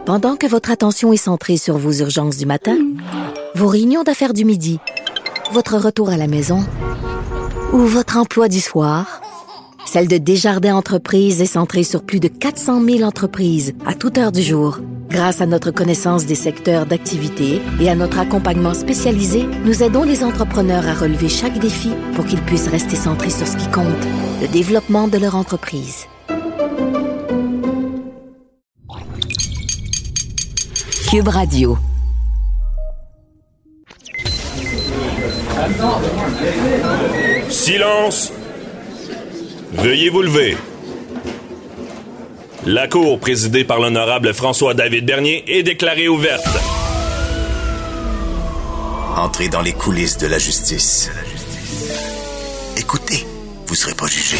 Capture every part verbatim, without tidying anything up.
Pendant que votre attention est centrée sur vos urgences du matin, vos réunions d'affaires du midi, votre retour à la maison ou votre emploi du soir, celle de Desjardins Entreprises est centrée sur plus de quatre cent mille entreprises à toute heure du jour. Grâce à notre connaissance des secteurs d'activité et à notre accompagnement spécialisé, nous aidons les entrepreneurs à relever chaque défi pour qu'ils puissent rester centrés sur ce qui compte, le développement de leur entreprise. Cube Radio. Silence! Veuillez vous lever. La cour, présidée par l'honorable François-David Bernier, est déclarée ouverte. Entrez dans les coulisses de la justice. Écoutez, vous serez pas jugé.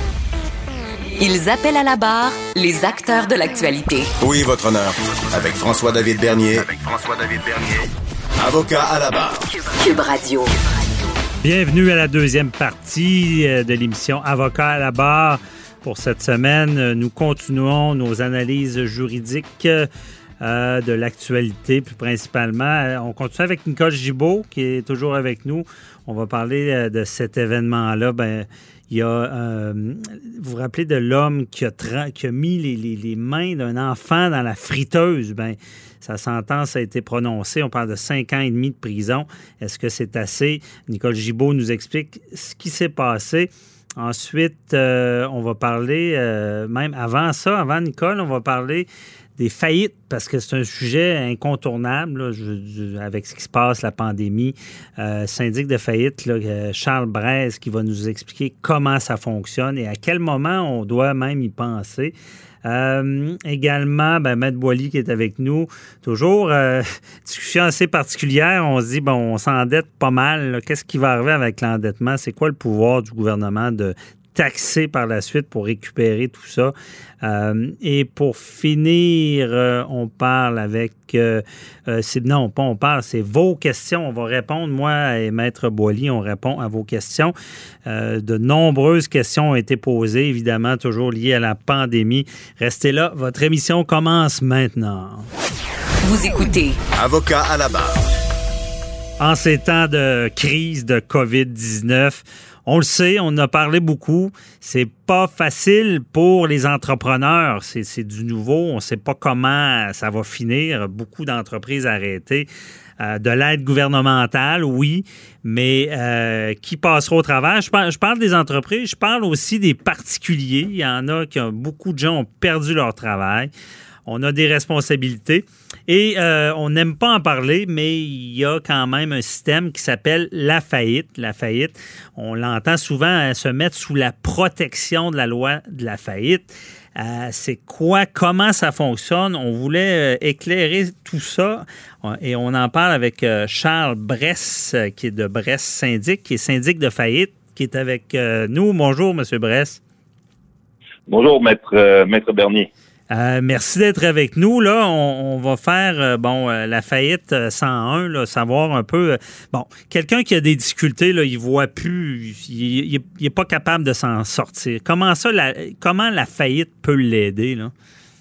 Ils appellent à la barre les acteurs de l'actualité. Oui, votre honneur. Avec François-David Bernier. Avec François-David Bernier. Avocat à la barre. Cube Radio. Bienvenue à la deuxième partie de l'émission Avocat à la barre. Pour cette semaine, nous continuons nos analyses juridiques euh, de l'actualité, plus principalement. On continue avec Nicole Gibault, qui est toujours avec nous. On va parler de cet événement-là. Ben, il y a, euh, vous vous rappelez de l'homme qui a, tra- qui a mis les, les, les mains d'un enfant dans la friteuse? Ben, sa sentence a été prononcée. On parle de cinq ans et demi de prison. Est-ce que c'est assez? Nicole Gibault nous explique ce qui s'est passé. Ensuite, euh, on va parler, euh, même avant ça, avant Nicole, on va parler des faillites, parce que c'est un sujet incontournable, là, je, je, avec ce qui se passe, la pandémie. Euh, syndic de faillite, là, Charles Braise, qui va nous expliquer comment ça fonctionne et à quel moment on doit même y penser. Euh, également, ben, Maître Boily qui est avec nous. Toujours, euh, discussion assez particulière. On se dit, bon, on s'endette pas mal. Là. Qu'est-ce qui va arriver avec l'endettement? C'est quoi le pouvoir du gouvernement de taxer par la suite pour récupérer tout ça? Euh, et pour finir, euh, on parle avec... Euh, euh, c'est, non, pas on parle, c'est vos questions. On va répondre, moi et Maître Boily, on répond à vos questions. Euh, de nombreuses questions ont été posées, évidemment, toujours liées à la pandémie. Restez là, votre émission commence maintenant. Vous écoutez Avocat à la barre. En ces temps de crise de covid dix-neuf, on le sait, on en a parlé beaucoup. C'est pas facile pour les entrepreneurs. C'est, c'est du nouveau. On ne sait pas comment ça va finir. Beaucoup d'entreprises arrêtées. Euh, de l'aide gouvernementale, oui, mais euh, qui passera au travers? Je parle, je parle des entreprises. Je parle aussi des particuliers. Il y en a qui ont, beaucoup de gens ont perdu leur travail. On a des responsabilités et euh, on n'aime pas en parler, mais il y a quand même un système qui s'appelle la faillite. La faillite, on l'entend souvent se mettre sous la protection de la loi de la faillite. Euh, c'est quoi, comment ça fonctionne? On voulait euh, éclairer tout ça et on en parle avec euh, Charles Bress, euh, qui est de Bress Syndic, qui est syndic de faillite, qui est avec euh, nous. Bonjour, M. Bress. Bonjour, Maître, euh, Maître Bernier. Euh, merci d'être avec nous. Là, on, on va faire euh, bon euh, la faillite cent un, là, savoir un peu. Euh, bon, quelqu'un qui a des difficultés, là, il voit plus, il n'est pas capable de s'en sortir. Comment ça, la, comment la faillite peut l'aider, là?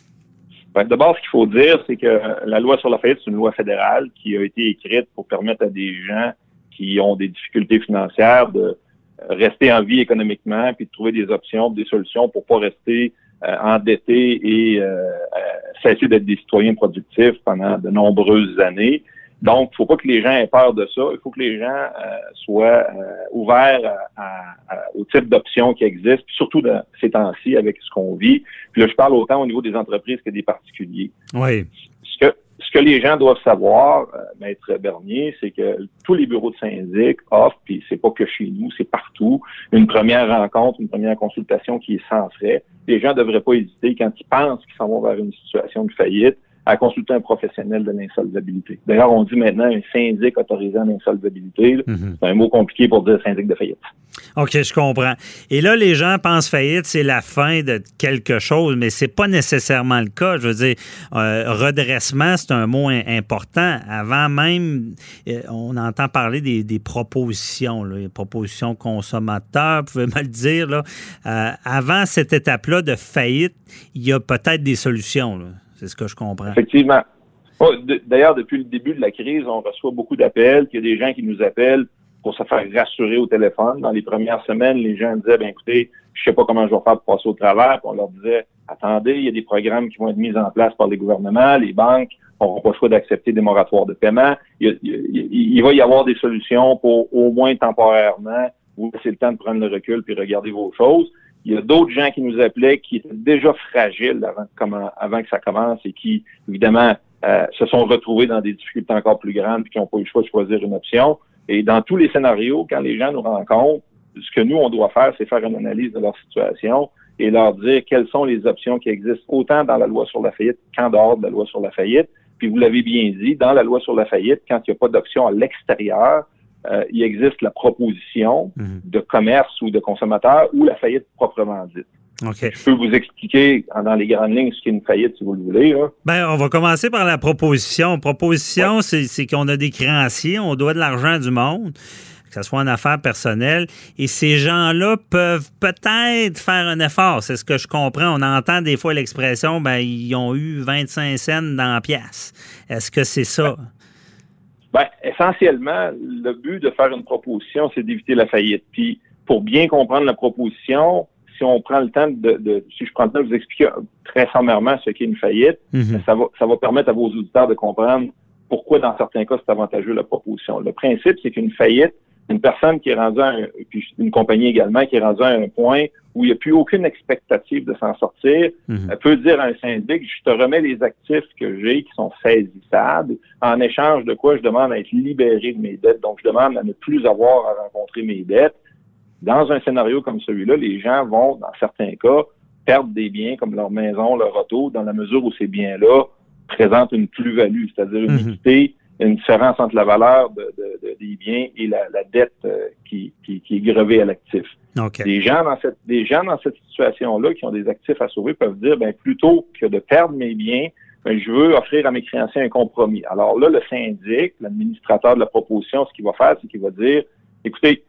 Ben, d'abord, ce qu'il faut dire, c'est que la loi sur la faillite, c'est une loi fédérale qui a été écrite pour permettre à des gens qui ont des difficultés financières de rester en vie économiquement, puis de trouver des options, des solutions pour pas rester Euh, endettés et euh, euh, cesser d'être des citoyens productifs pendant de nombreuses années. Donc, il ne faut pas que les gens aient peur de ça. Il faut que les gens euh, soient euh, ouverts à, à, à, au type d'options qui existent, surtout dans ces temps-ci avec ce qu'on vit. Puis là, je parle autant au niveau des entreprises que des particuliers. Oui. Ce que, ce que les gens doivent savoir, euh, Maître Bernier, c'est que tous les bureaux de syndic offrent, puis c'est pas que chez nous, c'est partout, une première rencontre, une première consultation qui est sans frais. Les gens ne devraient pas hésiter, quand ils pensent qu'ils s'en vont vers une situation de faillite, à consulter un professionnel de l'insolvabilité. D'ailleurs, on dit maintenant un syndic autorisé en insolvabilité. Mm-hmm. C'est un mot compliqué pour dire syndic de faillite. OK, je comprends. Et là, les gens pensent faillite, c'est la fin de quelque chose, mais c'est pas nécessairement le cas. Je veux dire, euh, redressement, c'est un mot important. Avant même, euh, on entend parler des, des propositions, là, les propositions consommateurs, vous pouvez me le dire. Là. Euh, avant cette étape-là de faillite, il y a peut-être des solutions, là. C'est ce que je comprends. Effectivement. Oh, de, d'ailleurs, depuis le début de la crise, on reçoit beaucoup d'appels, qu'il y a des gens qui nous appellent pour se faire rassurer au téléphone. Dans les premières semaines, les gens disaient, ben écoutez, je sais pas comment je vais faire pour passer au travers. Puis on leur disait, attendez, il y a des programmes qui vont être mis en place par les gouvernements, les banques n'auront pas le choix d'accepter des moratoires de paiement. Il, il, il, il va y avoir des solutions pour, au moins temporairement, vous laisser le temps de prendre le recul puis regarder vos choses. Il y a d'autres gens qui nous appelaient qui étaient déjà fragiles avant, comment, avant que ça commence et qui, évidemment, euh, se sont retrouvés dans des difficultés encore plus grandes et qui n'ont pas eu le choix de choisir une option. Et dans tous les scénarios, quand les gens nous rencontrent, ce que nous, on doit faire, c'est faire une analyse de leur situation et leur dire quelles sont les options qui existent autant dans la loi sur la faillite qu'en dehors de la loi sur la faillite. Puis vous l'avez bien dit, dans la loi sur la faillite, quand il n'y a pas d'option à l'extérieur, euh, il existe la proposition mmh. de commerce ou de consommateur ou la faillite proprement dite. Okay. Je peux vous expliquer dans les grandes lignes ce qu'est une faillite, si vous le voulez. Là. Ben, on va commencer par la proposition. Proposition, ouais. c'est, c'est qu'on a des créanciers, on doit de l'argent à du monde, que ce soit en affaires personnelles, et ces gens-là peuvent peut-être faire un effort. C'est ce que je comprends. On entend des fois l'expression, ben, ils ont eu vingt-cinq cents dans la pièce. Est-ce que c'est ça? Ben, essentiellement, le but de faire une proposition, c'est d'éviter la faillite. Puis, pour bien comprendre la proposition, si on prend le temps de, de si je prends le temps de vous expliquer très sommairement ce qu'est une faillite, mm-hmm. ça va, ça va permettre à vos auditeurs de comprendre pourquoi, dans certains cas, c'est avantageux la proposition. Le principe, c'est qu'une faillite, une personne qui est rendue à un, puis une compagnie également qui est rendue à un point où il n'y a plus aucune expectative de s'en sortir, mm-hmm. elle peut dire à un syndic, je te remets les actifs que j'ai qui sont saisissables, en échange de quoi je demande à être libéré de mes dettes, donc je demande à ne plus avoir à rencontrer mes dettes. Dans un scénario comme celui-là, les gens vont, dans certains cas, perdre des biens comme leur maison, leur auto, dans la mesure où ces biens-là présentent une plus-value, c'est-à-dire une mm-hmm. équité, une différence entre la valeur de, de, de, des biens et la, la dette euh, qui, qui, qui est grevée à l'actif. Okay. Les gens dans cette, les gens dans cette situation-là qui ont des actifs à sauver peuvent dire, ben plutôt que de perdre mes biens, ben, je veux offrir à mes créanciers un compromis. Alors là, le syndic, l'administrateur de la proposition, ce qu'il va faire, c'est qu'il va dire, écoutez,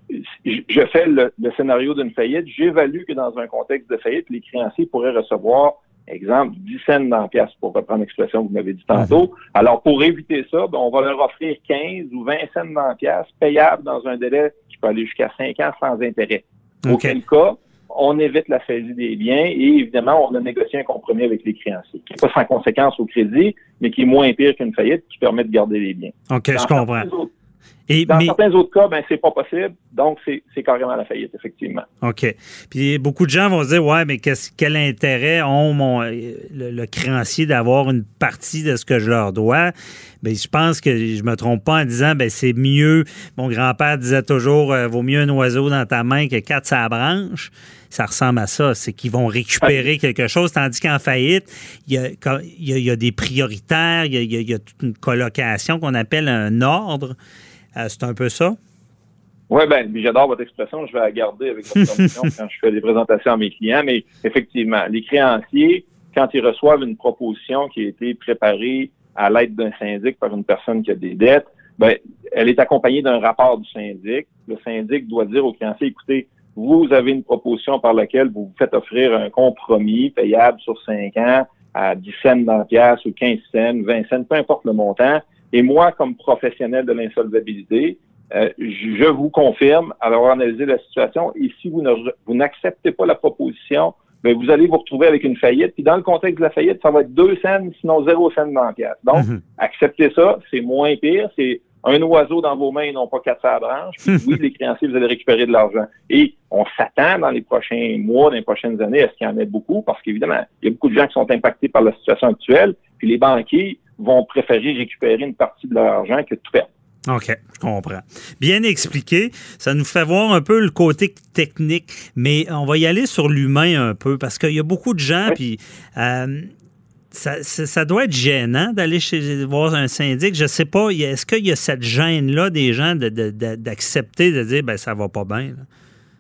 je fais le, le scénario d'une faillite, j'évalue que dans un contexte de faillite, les créanciers pourraient recevoir, exemple, dix cents dans la pièce, pour reprendre l'expression que vous m'avez dit tantôt. Mm-hmm. Alors, pour éviter ça, ben, on va leur offrir quinze ou vingt cents dans la pièce, payables dans un délai qui peut aller jusqu'à cinq ans sans intérêt. Okay. Auquel cas, on évite la saisie des biens et évidemment, on a négocié un compromis avec les créanciers, qui n'est pas sans conséquence au crédit, mais qui est moins pire qu'une faillite, qui permet de garder les biens. OK, dans je comprends. Autres, Et, Dans mais... certains autres cas, ben c'est pas possible, donc c'est, c'est carrément la faillite, effectivement. OK. Puis beaucoup de gens vont se dire, ouais, mais qu'est-ce, quel intérêt ont mon, le, le créancier d'avoir une partie de ce que je leur dois? Bien, je pense que je me trompe pas en disant, ben c'est mieux, mon grand-père disait toujours, euh, vaut mieux un oiseau dans ta main que quatre sur la branche. Ça ressemble à ça, c'est qu'ils vont récupérer quelque chose, tandis qu'en faillite, il y a, il y a, il y a des prioritaires, il y a, il y a toute une colocation qu'on appelle un ordre. Euh, c'est un peu ça? Oui, bien, j'adore votre expression. Je vais la garder avec votre permission quand je fais des présentations à mes clients. Mais effectivement, les créanciers, quand ils reçoivent une proposition qui a été préparée à l'aide d'un syndic par une personne qui a des dettes, ben, elle est accompagnée d'un rapport du syndic. Le syndic doit dire aux créanciers, écoutez, vous avez une proposition par laquelle vous vous faites offrir un compromis payable sur cinq ans à dix cents dans la pièce ou quinze cents, vingt cents, peu importe le montant. Et moi, comme professionnel de l'insolvabilité, euh, je vous confirme, avoir analysé la situation, et si vous, ne, vous n'acceptez pas la proposition, bien, vous allez vous retrouver avec une faillite. Puis dans le contexte de la faillite, ça va être deux cents, sinon zéro cent dans la pièce. Donc, mm-hmm. acceptez ça, c'est moins pire, c'est un oiseau dans vos mains et non pas quatre à la branche. Puis oui, les créanciers, vous allez récupérer de l'argent. Et on s'attend dans les prochains mois, dans les prochaines années, à ce qu'il y en ait beaucoup, parce qu'évidemment, il y a beaucoup de gens qui sont impactés par la situation actuelle, puis les banquiers vont préférer récupérer une partie de leur argent que de tout perdre. OK, je comprends. Bien expliqué. Ça nous fait voir un peu le côté technique, mais on va y aller sur l'humain un peu, parce qu'il y a beaucoup de gens, oui. puis euh, ça, ça, ça doit être gênant d'aller chez voir un syndic. Je sais pas, est-ce qu'il y a cette gêne-là des gens de, de, de, d'accepter, de dire, ben ça va pas bien? Là.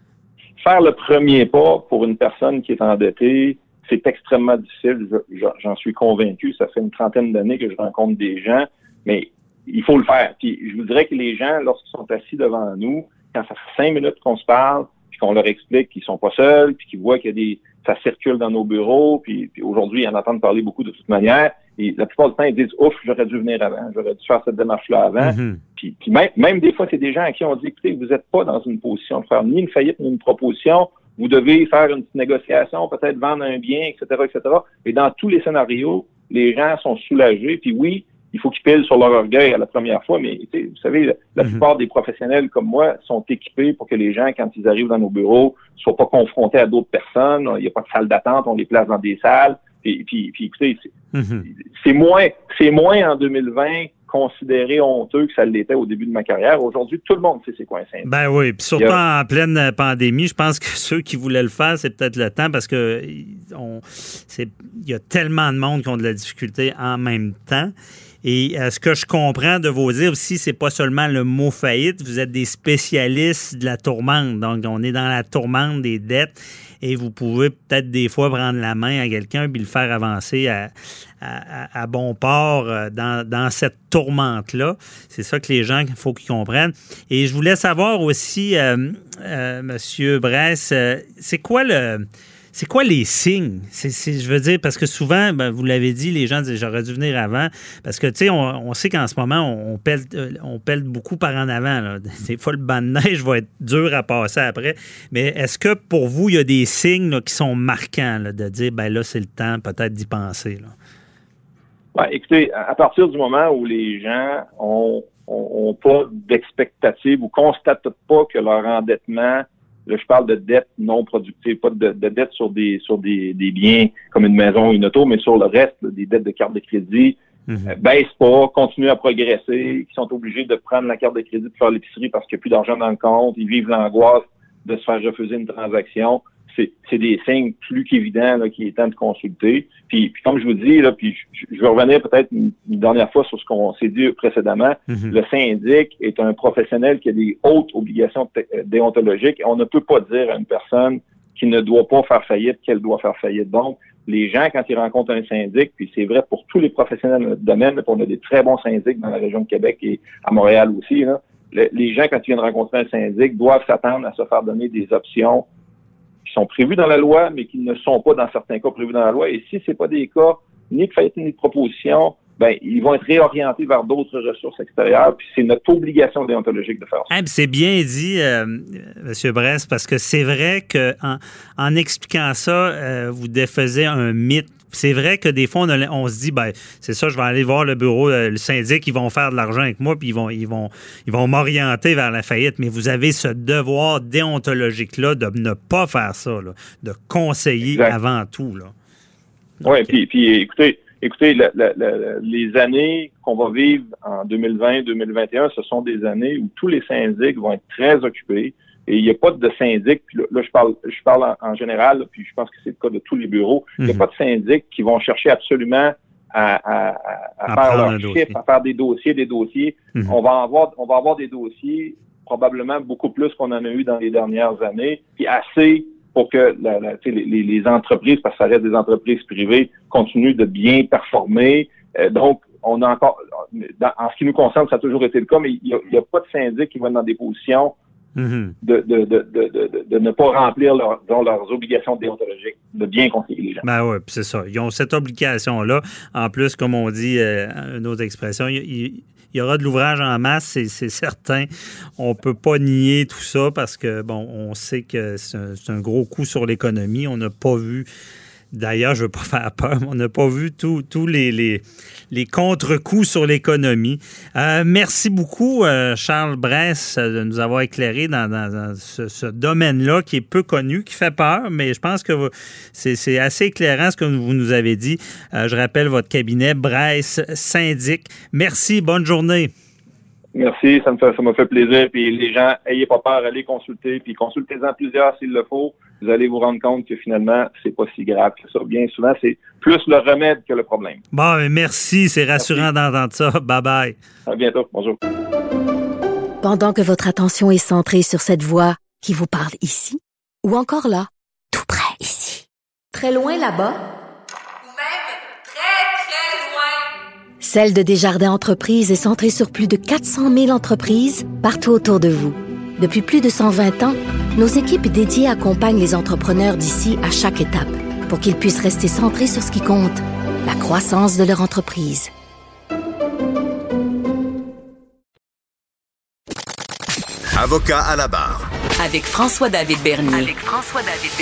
Faire le premier pas pour une personne qui est endettée, c'est extrêmement difficile, je, j'en suis convaincu. Ça fait une trentaine d'années que je rencontre des gens, mais il faut le faire. Puis je vous dirais que les gens, lorsqu'ils sont assis devant nous, quand ça fait cinq minutes qu'on se parle, puis qu'on leur explique qu'ils sont pas seuls, puis qu'ils voient qu'il y a des, ça circule dans nos bureaux, puis, puis aujourd'hui, ils en entendent parler beaucoup de toute manière. Et la plupart du temps, ils disent « Ouf, j'aurais dû venir avant, j'aurais dû faire cette démarche-là avant. Mm-hmm. » Puis, puis même, même des fois, c'est des gens à qui on dit « Écoutez, vous n'êtes pas dans une position de faire ni une faillite ni une proposition. Vous devez faire une petite négociation, peut-être vendre un bien, et cetera, et cetera » Et dans tous les scénarios, les gens sont soulagés. Puis oui, il faut qu'ils pilent sur leur orgueil à la première fois, mais vous savez, la, la mm-hmm. plupart des professionnels comme moi sont équipés pour que les gens, quand ils arrivent dans nos bureaux, ne soient pas confrontés à d'autres personnes. Il n'y a pas de salle d'attente, on les place dans des salles. Et puis, puis écoutez, c'est, mm-hmm. c'est moins, c'est moins en deux mille vingt considéré honteux que ça l'était au début de ma carrière. Aujourd'hui, tout le monde sait c'est quoi un syndic. Ben oui, puis surtout a... en pleine pandémie, je pense que ceux qui voulaient le faire, c'est peut-être le temps parce que on, c'est, il y a tellement de monde qui ont de la difficulté en même temps. Et euh, ce que je comprends de vos dires aussi, c'est pas seulement le mot faillite, vous êtes des spécialistes de la tourmente. Donc, on est dans la tourmente des dettes et vous pouvez peut-être des fois prendre la main à quelqu'un puis le faire avancer à, à, à bon port dans, dans cette tourmente-là. C'est ça que les gens, il faut qu'ils comprennent. Et je voulais savoir aussi, euh, euh, M. Bresse, euh, c'est quoi le... C'est quoi les signes? C'est, c'est, je veux dire, parce que souvent, ben, vous l'avez dit, les gens disent j'aurais dû venir avant. Parce que, tu sais, on, on sait qu'en ce moment, on, on, pèle, on pèle beaucoup par en avant. Là. Des fois, le banc de neige va être dur à passer après. Mais est-ce que pour vous, il y a des signes là, qui sont marquants là, de dire, ben là, c'est le temps peut-être d'y penser? Là? Ouais, écoutez, à partir du moment où les gens ont, ont, ont pas d'expectative ou constatent pas que leur endettement, là, je parle de dette non productive, pas de, de dette sur des sur des, des biens comme une maison ou une auto, mais sur le reste, là, des dettes de carte de crédit, mm-hmm. euh, baissent pas, continuent à progresser, qui sont obligés de prendre la carte de crédit pour faire l'épicerie parce qu'il n'y a plus d'argent dans le compte, ils vivent l'angoisse de se faire refuser une transaction. C'est, c'est des signes plus qu'évidents là, qu'il est temps de consulter. Puis, puis comme je vous dis, là, puis je, je vais revenir peut-être une, une dernière fois sur ce qu'on s'est dit précédemment. Mm-hmm. Le syndic est un professionnel qui a des hautes obligations t- déontologiques. On ne peut pas dire à une personne qui ne doit pas faire faillite qu'elle doit faire faillite. Donc, les gens, quand ils rencontrent un syndic, puis c'est vrai pour tous les professionnels de notre domaine, là, on a des très bons syndics dans la région de Québec et à Montréal aussi, là, le, les gens, quand ils viennent rencontrer un syndic, doivent s'attendre à se faire donner des options qui sont prévus dans la loi, mais qui ne sont pas, dans certains cas, prévus dans la loi. Et si c'est pas des cas ni de faillite ni de proposition, ben ils vont être réorientés vers d'autres ressources extérieures. Puis c'est notre obligation déontologique de faire ça. Ah, c'est bien dit, euh, M. Bresse, parce que c'est vrai qu'en en expliquant ça, euh, vous défaisez un mythe. C'est vrai que des fois, on, a, on se dit, ben c'est ça, je vais aller voir le bureau, le syndic, ils vont faire de l'argent avec moi, puis ils vont, ils vont, ils vont m'orienter vers la faillite. Mais vous avez ce devoir déontologique-là de ne pas faire ça, là, de conseiller exact. Avant tout. Là. Oui, puis, puis écoutez, écoutez, la, la, la, les années qu'on va vivre en deux mille vingt, deux mille vingt et un, ce sont des années où tous les syndics vont être très occupés. Et il n'y a pas de syndic, puis là, là je parle je parle en, en général, là, puis je pense que c'est le cas de tous les bureaux, il n'y a mm-hmm. pas de syndic qui vont chercher absolument à, à, à, à faire leurs chiffres, à faire des dossiers, des dossiers. Mm-hmm. On va avoir on va avoir des dossiers, probablement beaucoup plus qu'on en a eu dans les dernières années, puis assez pour que la, la, les, les entreprises, parce que ça reste des entreprises privées, continuent de bien performer. Euh, donc, on a encore, dans, en ce qui nous concerne, ça a toujours été le cas, mais il n'y a, a pas de syndic qui va être dans des positions Mm-hmm. De, de, de, de, de, de ne pas remplir leur, leurs obligations déontologiques, de bien conseiller les gens. Ben oui, c'est ça. Ils ont cette obligation-là. En plus, comme on dit, euh, une autre expression, il, il, il y aura de l'ouvrage en masse, c'est, c'est certain. On ne peut pas nier tout ça parce que, bon, on sait que c'est un, c'est un gros coup sur l'économie. On n'a pas vu... D'ailleurs, je ne veux pas faire peur, mais on n'a pas vu tous tout les, les, les contre-coups sur l'économie. Euh, merci beaucoup, euh, Charles Bresse, de nous avoir éclairé dans, dans, dans ce, ce domaine-là qui est peu connu, qui fait peur, mais je pense que c'est, c'est assez éclairant ce que vous nous avez dit. Euh, je rappelle votre cabinet, Bresse Syndic. Merci, bonne journée. Merci, ça me fait, ça m'a fait plaisir. Puis les gens, ayez pas peur, allez consulter, puis consultez-en plusieurs s'il le faut. Vous allez vous rendre compte que finalement, c'est pas si grave que ça. Bien souvent, c'est plus le remède que le problème. Bon, mais merci, c'est rassurant merci. D'entendre ça. Bye bye. À bientôt, bonjour. Pendant que votre attention est centrée sur cette voix qui vous parle ici, ou encore là, tout près ici, très loin là-bas, Celle de Desjardins Entreprises est centrée sur plus de quatre cent mille entreprises partout autour de vous. Depuis plus de cent vingt ans, Nos équipes dédiées accompagnent les entrepreneurs d'ici à chaque étape pour qu'ils puissent rester centrés sur ce qui compte, la croissance de leur entreprise. Avocat à la barre. Avec François-David Bernier. Avec François-David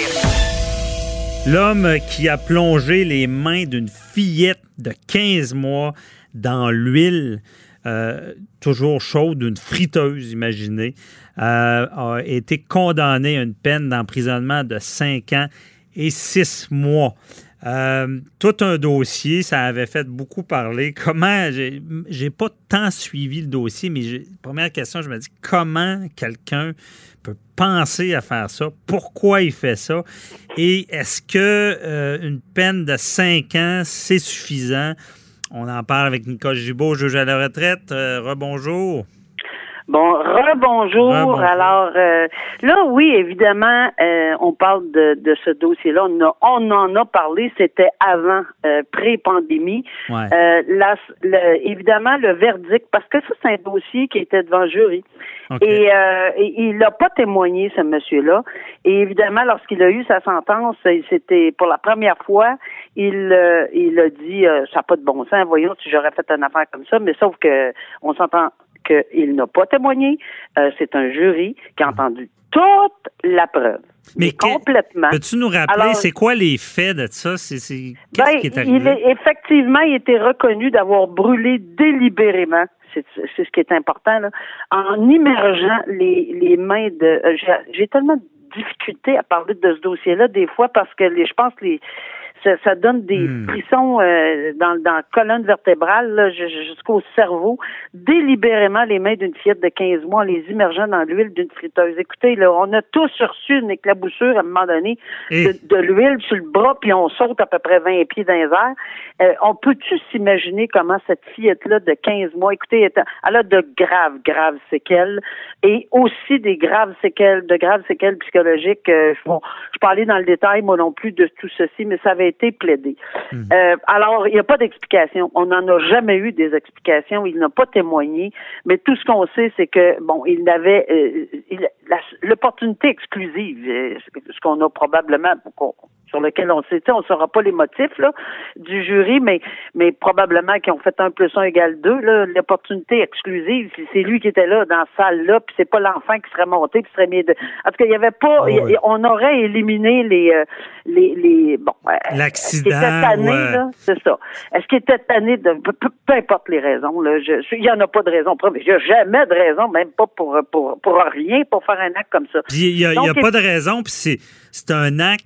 Bernier. L'homme qui a plongé les mains d'une fillette de quinze mois dans l'huile, euh, toujours chaude, d'une friteuse, imaginez, euh, a été condamné à une peine d'emprisonnement de cinq ans et six mois. Euh, tout un dossier, ça avait fait beaucoup parler. Comment, j'ai, j'ai pas tant suivi le dossier, mais j'ai, première question, je me dis, comment quelqu'un peut penser à faire ça? Pourquoi il fait ça? Et est-ce que euh, une peine de cinq ans, c'est suffisant? On en parle avec Nicole Gibault, juge à la retraite. Euh, rebonjour. Bon, rebonjour. Rebonjour. Alors, euh, là, oui, évidemment, euh, on parle de, de ce dossier-là. On, a, on en a parlé, c'était avant, euh, pré-pandémie. Ouais. Euh, la, le, évidemment, le verdict, parce que ça, c'est un dossier qui était devant le jury. Okay. Et, euh, et il n'a pas témoigné, ce monsieur-là. Et évidemment, lorsqu'il a eu sa sentence, c'était pour la première fois, il, euh, il a dit, euh, ça n'a pas de bon sens, voyons si j'aurais fait une affaire comme ça, mais sauf que on s'entend qu'il n'a pas témoigné. Euh, c'est un jury qui a entendu toute la preuve. Mais, mais complètement. Peux-tu nous rappeler, alors, c'est quoi les faits de ça? C'est, c'est, qu'est-ce ben, qui est arrivé? Il est, effectivement, il était reconnu d'avoir brûlé délibérément, c'est, c'est ce qui est important, là, en immergeant les, les mains de... Euh, j'ai, j'ai tellement de difficulté à parler de ce dossier-là des fois parce que les, je pense que les... Ça, ça donne des hmm. frissons euh, dans, dans la colonne vertébrale là, jusqu'au cerveau. Délibérément, les mains d'une fillette de quinze mois, les immergeant dans l'huile d'une friteuse. Écoutez, là, on a tous reçu une éclaboussure à un moment donné Et... de, de l'huile sur le bras, puis on saute à peu près vingt pieds dans les airs. Euh, on peut-tu s'imaginer comment cette fillette-là de quinze mois, écoutez, elle a de graves, graves séquelles et aussi des graves séquelles, de graves séquelles psychologiques. Euh, bon, je peux aller dans le détail, moi non plus, de tout ceci, mais ça avait été plaidé. Mmh. Euh, alors, il n'y a pas d'explication. On n'en a jamais eu des explications. Il n'a pas témoigné. Mais tout ce qu'on sait, c'est que, bon, il avait euh, il, la, l'opportunité exclusive, euh, ce qu'on a probablement, qu'on, sur lequel on sait, on ne saura pas les motifs là, du jury, mais, mais probablement qu'ils ont fait un plus un égale deux. Là, l'opportunité exclusive, c'est lui qui était là, dans cette salle-là, puis c'est pas l'enfant qui serait monté, qui serait mis de... En tout cas, il n'y avait pas... Oh, ouais. On aurait éliminé les... Euh, les, les bon, l'accident, tanné, ouais. là, c'est ça. Est-ce qu'il était tanné de... Peu, peu, peu importe les raisons, là, je, il n'y en a pas de raison. Il n'y a jamais de raison, même pas pour, pour, pour rien, pour faire un acte comme ça. Il n'y a, Donc, y a pas de raison, puis c'est, c'est un acte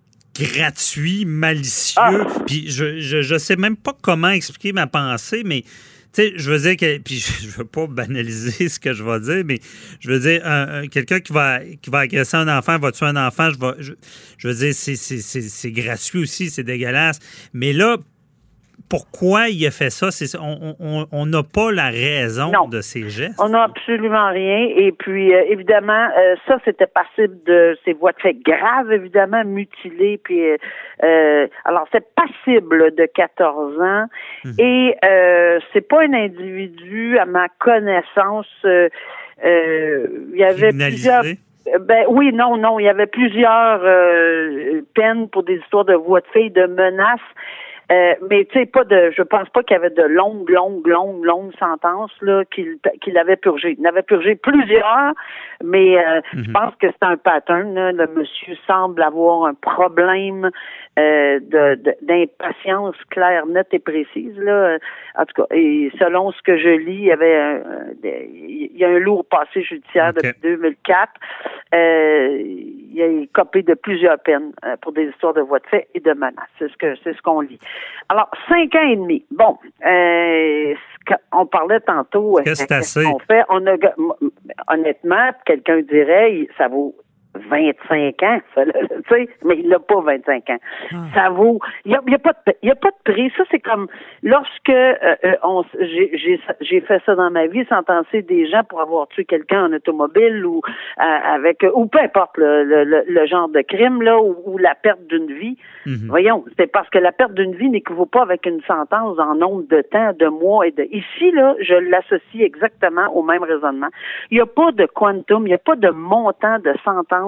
gratuit, malicieux, ah. puis je, je je sais même pas comment expliquer ma pensée, mais tu sais, je veux dire que, puis je, je veux pas banaliser ce que je vais dire, mais je veux dire, un, un, quelqu'un qui va qui va agresser un enfant, va tuer un enfant, je vais, je, je veux dire, c'est c'est c'est c'est gratuit aussi, c'est dégueulasse, mais là, pourquoi il a fait ça? C'est, on n'a pas la raison non. de ces gestes. On n'a absolument rien. Et puis, euh, évidemment, euh, ça, c'était passible de ces voies de fait graves, évidemment, mutilées. Puis, euh, alors, c'est passible de quatorze ans. Mmh. Et euh, c'est pas un individu, à ma connaissance, euh, euh, il y avait plusieurs... Ben oui, non, non. Il y avait plusieurs euh, peines pour des histoires de voies de fait, de menaces. Euh, mais tu sais, pas de, je pense pas qu'il y avait de longues, longues, longues, longues sentences là qu'il, qu'il avait purgé. Il en avait purgé plusieurs, mais euh, mm-hmm. je pense que c'est un pattern. Là. Le monsieur semble avoir un problème euh, de, de d'impatience claire, nette et précise. Là. En tout cas, et selon ce que je lis, il y avait un, il y a un lourd passé judiciaire okay. depuis deux mille quatre. Euh, il a copé de plusieurs peines euh, pour des histoires de voies de fait et de menaces. C'est ce que c'est ce qu'on lit. Alors, cinq ans et demi. Bon, euh, on parlait tantôt. Est-ce que c'est assez? On fait, on a, honnêtement, quelqu'un dirait, ça vaut vingt-cinq ans, ça, tu sais, mais il n'a pas vingt-cinq ans. Ah. Ça vaut, il y a, y a pas de, il y a pas de prix. Ça, c'est comme lorsque euh, on, j'ai, j'ai, j'ai fait ça dans ma vie, sentencer des gens pour avoir tué quelqu'un en automobile ou euh, avec, ou peu importe le, le, le genre de crime là, ou, ou la perte d'une vie. Mm-hmm. Voyons, c'est parce que la perte d'une vie n'équivaut pas avec une sentence en nombre de temps, de mois et de. Ici là, je l'associe exactement au même raisonnement. Il n'y a pas de quantum, il n'y a pas de montant de sentence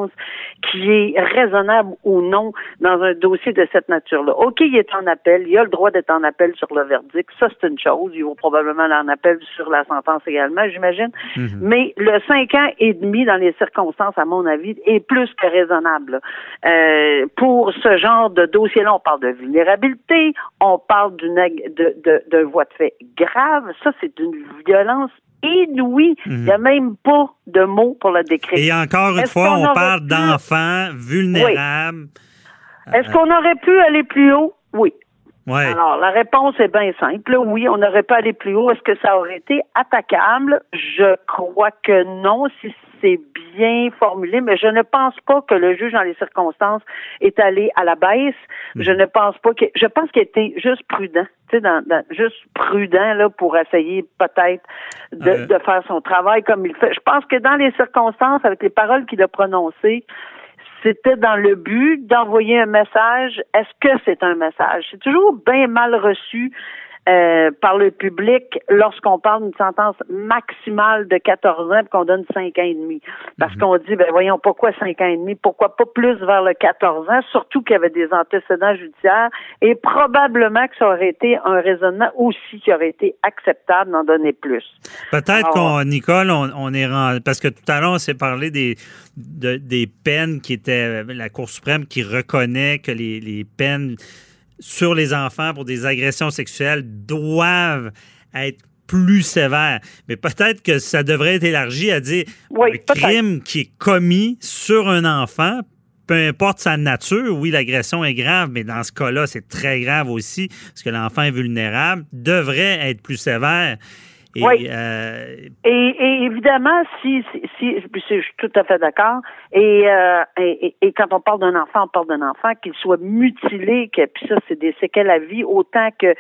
circonstances qui est raisonnable ou non dans un dossier de cette nature-là. OK, il est en appel, il a le droit d'être en appel sur le verdict, ça c'est une chose, il va probablement aller en appel sur la sentence également, j'imagine, mm-hmm. mais le cinq ans et demi dans les circonstances, à mon avis, est plus que raisonnable. Euh, pour ce genre de dossier-là, on parle de vulnérabilité, on parle d'une de, de, de voie de fait grave, ça c'est d'une violence inouïe. Mm-hmm. Il n'y a même pas de mots pour la décrire. Et encore une Est-ce fois, on, on parle pu... d'enfants vulnérables. Oui. Est-ce qu'on aurait pu aller plus haut? Oui. Ouais. Alors, la réponse est bien simple. Oui, on n'aurait pas allé plus haut. Est-ce que ça aurait été attaquable? Je crois que non, si c'est bien formulé, mais je ne pense pas que le juge, dans les circonstances, est allé à la baisse. Mmh. Je ne pense pas que... Je pense qu'il était juste prudent. Tu sais, dans, dans, juste prudent, là, pour essayer, peut-être, de, euh... de faire son travail comme il fait. Je pense que dans les circonstances, avec les paroles qu'il a prononcées, c'était dans le but d'envoyer un message. Est-ce que c'est un message? C'est toujours bien mal reçu euh, par le public lorsqu'on parle d'une sentence maximale de quatorze ans et qu'on donne cinq ans et demi. Parce mm-hmm. qu'on dit, ben voyons, pourquoi cinq ans et demi? Pourquoi pas plus vers le quatorze ans? Surtout qu'il y avait des antécédents judiciaires et probablement que ça aurait été un raisonnement aussi qui aurait été acceptable d'en donner plus. Peut-être Alors, qu'on, Nicole, on, on est rendu... Parce que tout à l'heure, on s'est parlé des... De, des peines qui étaient la Cour suprême qui reconnaît que les, les peines sur les enfants pour des agressions sexuelles doivent être plus sévères. Mais peut-être que ça devrait être élargi à dire oui, un crime qui est commis sur un enfant, peu importe sa nature, oui, l'agression est grave, mais dans ce cas-là, c'est très grave aussi, parce que l'enfant est vulnérable, devrait être plus sévère. Et, oui. Euh... Et, et évidemment, si, si, si je suis tout à fait d'accord. Et, euh, et, et quand on parle d'un enfant, on parle d'un enfant qu'il soit mutilé, que puis ça, c'est des séquelles à vie, autant que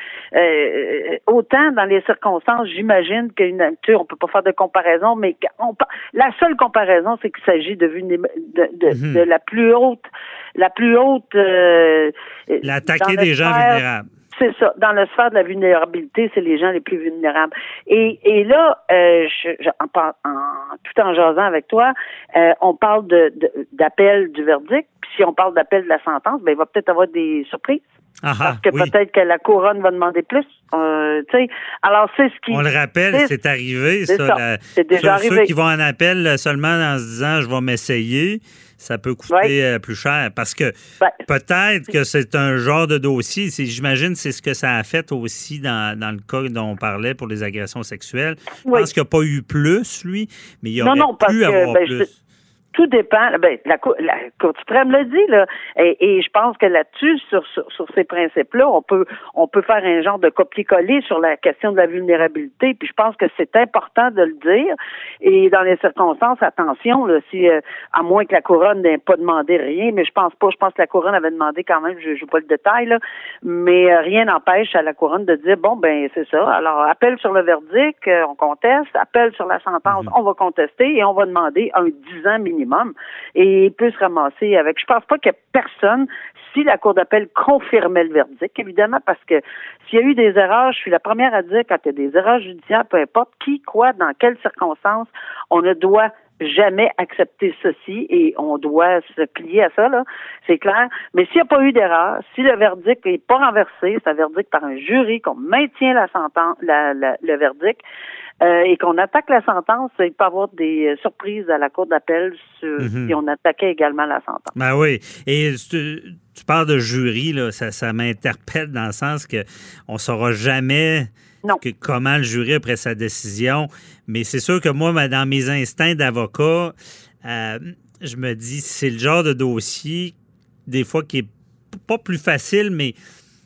euh, autant dans les circonstances, j'imagine qu'une nature, on peut pas faire de comparaison, mais on, la seule comparaison, c'est qu'il s'agit de, de, de, mm-hmm. de la plus haute, la plus haute. Euh, L'attaquer des gens vulnérables. C'est ça. Dans la sphère de la vulnérabilité, c'est les gens les plus vulnérables. Et, et là, euh, je, je, en, en, tout en jasant avec toi, euh, on parle de, de, d'appel du verdict. Puis si on parle d'appel de la sentence, ben il va peut-être avoir des surprises. Aha, parce que oui. peut-être que la couronne va demander plus. Euh, tu sais, alors c'est ce qui. On le rappelle, c'est, c'est arrivé. C'est ça. ça. La, c'est déjà ceux, arrivé. Ceux qui vont en appel seulement en se disant je vais m'essayer, ça peut coûter oui. plus cher. Parce que ben, peut-être que c'est un genre de dossier. C'est, j'imagine c'est ce que ça a fait aussi dans, dans le cas dont on parlait pour les agressions sexuelles. Je oui. pense qu'il n'y a pas eu plus, lui, mais il y aurait non, non, pu que, avoir ben, plus. Je... Tout dépend. Ben, la, Cour, la Cour suprême l'a dit, là. Et, et je pense que là-dessus, sur, sur, sur ces principes-là, on peut, on peut faire un genre de copier-coller sur la question de la vulnérabilité. Puis je pense que c'est important de le dire. Et dans les circonstances, attention, là, si, euh, à moins que la couronne n'ait pas demandé rien, mais je pense pas, je pense que la couronne avait demandé quand même, je ne joue pas le détail, là. Mais euh, rien n'empêche à la couronne de dire, bon, ben, c'est ça. Alors, appel sur le verdict, euh, on conteste. Appel sur la sentence, mm-hmm. on va contester et on va demander un dix ans minimum. Et il peut se ramasser avec... Je pense pas qu'il y ait personne, si la Cour d'appel confirmait le verdict, évidemment, parce que s'il y a eu des erreurs, je suis la première à dire, quand il y a des erreurs judiciaires, peu importe qui, quoi, dans quelles circonstances, on ne doit jamais accepter ceci et on doit se plier à ça, là, c'est clair. Mais s'il n'y a pas eu d'erreur, si le verdict n'est pas renversé, c'est un verdict par un jury, qu'on maintient la sentence, la, la, le verdict, Euh, et qu'on attaque la sentence, il peut y avoir des euh, surprises à la Cour d'appel sur, mm-hmm. si on attaquait également la sentence. Ben oui. Et tu, tu parles de jury, là, ça, ça m'interpelle dans le sens que on ne saura jamais que, comment le jury a pris sa décision. Mais c'est sûr que moi, dans mes instincts d'avocat, euh, je me dis, c'est le genre de dossier, des fois, qui est pas plus facile, mais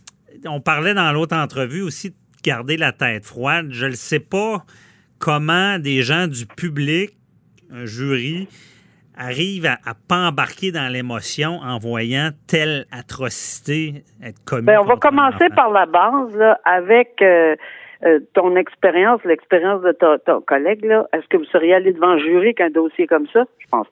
on parlait dans l'autre entrevue aussi de garder la tête froide. Je ne sais pas comment des gens du public, un jury, arrivent à ne pas embarquer dans l'émotion en voyant telle atrocité être commise. Bien, on va commencer par la base, là, avec euh, euh, ton expérience, l'expérience de ton, ton collègue. Là. Est-ce que vous seriez allé devant un jury avec un dossier comme ça? Je pense pas.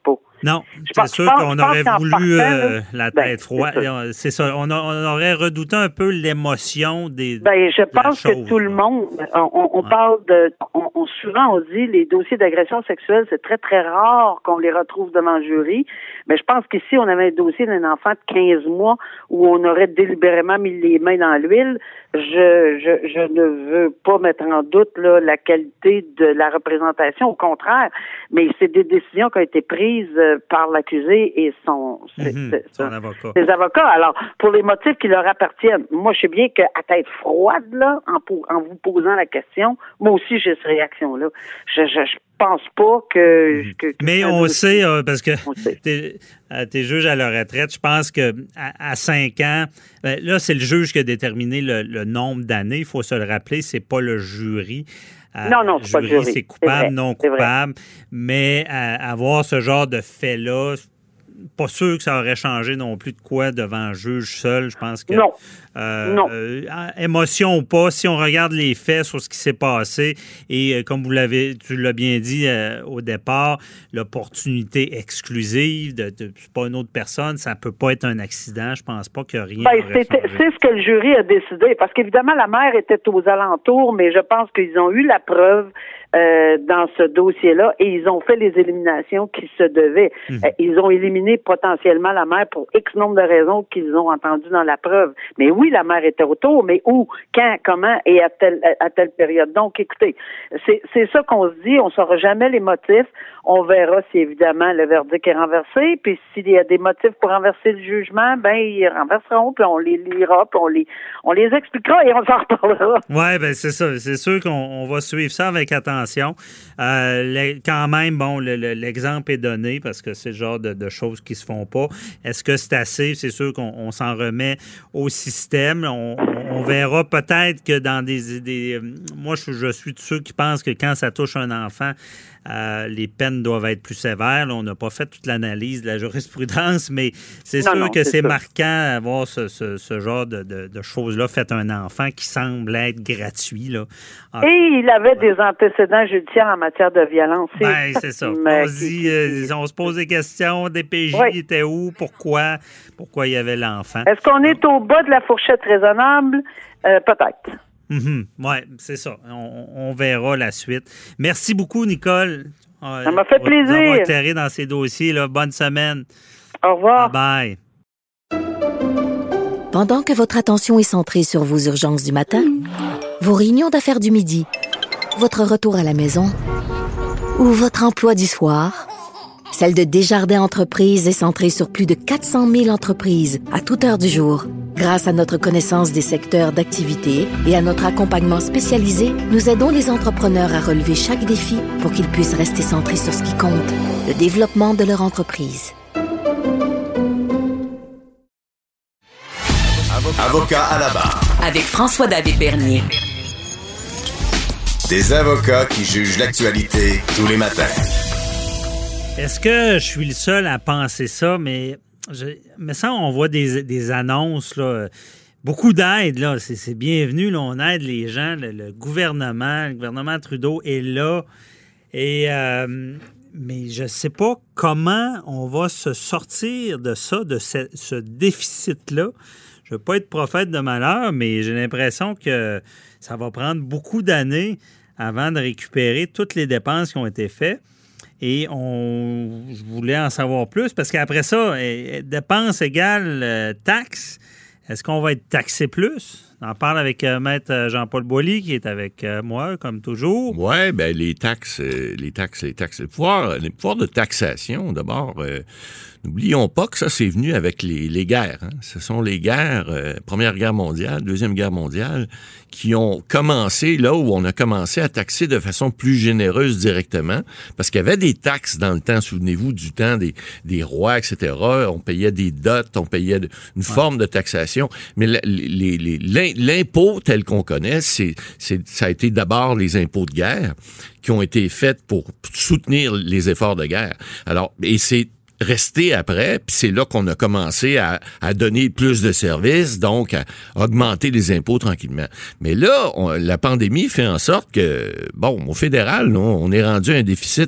Non, Je c'est pense- sûr je pense- qu'on je pense aurait qu'en voulu partant, euh, là, la ben, tête c'est froide. ça. C'est ça. On, a- on aurait redouté un peu l'émotion des. Ben, je la pense que chose, tout le là. monde, on, on, on Ouais. parle de, on, on- souvent on dit les dossiers d'agression sexuelle, c'est très très rare qu'on les retrouve devant le jury. Mais je pense qu'ici on avait un dossier d'un enfant de quinze mois où on aurait délibérément mis les mains dans l'huile. Je, je, je ne veux pas mettre en doute là, la qualité de la représentation, au contraire, mais c'est des décisions qui ont été prises euh, par l'accusé et son, c'est- Mhm, c'est- son c'est- avocat. les avocats. Alors, pour les motifs qui leur appartiennent, moi, je sais bien qu'à tête froide, là, en, po- en vous posant la question, moi aussi, j'ai cette réaction-là. Je, je, je pense pas que... que- que Mais ça on doit- sait, euh, parce que On sait. t'es, euh, t'es juge à la retraite, je pense que à, à cinq ans, ben, là, c'est le juge qui a déterminé le, le nombre d'années. Il faut se le rappeler, c'est pas le jury. Euh, Non, non, c'est pas le jury. C'est C'est coupable, vrai, non c'est vrai. coupable. Mais euh, avoir ce genre de fait-là, pas sûr que ça aurait changé non plus de quoi devant un juge seul. Je pense que... Non. Euh, Non. euh, émotion ou pas, si on regarde les faits sur ce qui s'est passé, et euh, comme vous l'avez, tu l'as bien dit euh, au départ, l'opportunité exclusive de, de c'est pas une autre personne, ça peut pas être un accident. Je pense pas que rien. Ben, aurait c'est, changé. c'est ce que le jury a décidé, parce qu'évidemment, la mère était aux alentours, mais je pense qu'ils ont eu la preuve euh, dans ce dossier-là et ils ont fait les éliminations qui se devaient. Mhm. Euh, ils ont éliminé potentiellement la mère pour X nombre de raisons qu'ils ont entendues dans la preuve. Mais oui, la mère était autour, mais où, quand, comment et à telle, à telle période. Donc, écoutez, c'est, c'est ça qu'on se dit, on ne saura jamais les motifs. On verra si, évidemment, le verdict est renversé, puis s'il y a des motifs pour renverser le jugement, ben, ils renverseront, puis on les lira, puis on les, on les expliquera et on s'en reparlera. Oui, ben c'est ça. C'est sûr qu'on on va suivre ça avec attention. Euh, les- quand même, bon, le- le- l'exemple est donné parce que c'est le genre de, de choses qui se font pas. Est-ce que c'est assez? C'est sûr qu'on on s'en remet au système. On, on verra peut-être que dans des... des moi, je, je suis de ceux qui pensent que quand ça touche un enfant, euh, les peines doivent être plus sévères. Là, on n'a pas fait toute l'analyse de la jurisprudence, mais c'est Non, sûr non, que c'est c'est ça. marquant d'avoir ce, ce, ce genre de, de, de choses-là faites à un enfant qui semble être gratuit. Là. En- Et il avait des antécédents judiciaires en matière de violence. Ben, c'est ça. Mais On se dit, euh, on se pose des questions. D P J Oui. était où? Pourquoi? Pourquoi il y avait l'enfant? Est-ce qu'on est au bas de la fourchette raisonnable? Euh, peut-être. Mhm. Oui, c'est ça. On, on verra la suite. Merci beaucoup, Nicole. Ça m'a fait On va nous avoir plaisir. éclairé dans ces dossiers. Là. Bonne semaine. Au revoir. Bye bye. Pendant que votre attention est centrée sur vos urgences du matin, vos réunions d'affaires du midi, votre retour à la maison ou votre emploi du soir, celle de Desjardins Entreprises est centrée sur plus de quatre cent mille entreprises à toute heure du jour. Grâce à notre connaissance des secteurs d'activité et à notre accompagnement spécialisé, nous aidons les entrepreneurs à relever chaque défi pour qu'ils puissent rester centrés sur ce qui compte, le développement de leur entreprise. Avocat à la barre. Avec François-David Bernier. Des avocats qui jugent l'actualité tous les matins. Est-ce que je suis le seul à penser ça? Mais, je, mais ça, on voit des, des annonces, là, beaucoup d'aide, là. C'est, c'est bienvenu, là, on aide les gens. Le, le gouvernement, le gouvernement Trudeau est là. Et, euh, mais je ne sais pas comment on va se sortir de ça, de ce, ce déficit-là. Je ne veux pas être prophète de malheur, mais j'ai l'impression que ça va prendre beaucoup d'années avant de récupérer toutes les dépenses qui ont été faites. Et on je voulais en savoir plus parce qu'après ça, eh, dépenses égales euh, taxes. Est-ce qu'on va être taxé plus? On en parle avec euh, Maître Jean-Paul Boilly qui est avec euh, moi, comme toujours. Oui, bien, les taxes, euh, les taxes, les taxes, les pouvoirs, les pouvoirs de taxation, d'abord, euh, n'oublions pas que ça, c'est venu avec les, les guerres. Hein. Ce sont les guerres, euh, Première Guerre mondiale, Deuxième Guerre mondiale, qui ont commencé là où on a commencé à taxer de façon plus généreuse directement, parce qu'il y avait des taxes dans le temps, souvenez-vous, du temps des, des rois, et cetera. On payait des dots, on payait de, une ouais. forme de taxation, mais la, les, les, l'impôt tel qu'on connaît, c'est, c'est, ça a été d'abord les impôts de guerre qui ont été faits pour soutenir les efforts de guerre. Alors, et c'est resté après, puis c'est là qu'on a commencé à, à donner plus de services, donc à augmenter les impôts tranquillement. Mais là, on, la pandémie fait en sorte que, bon, au fédéral, là, on est rendu à un déficit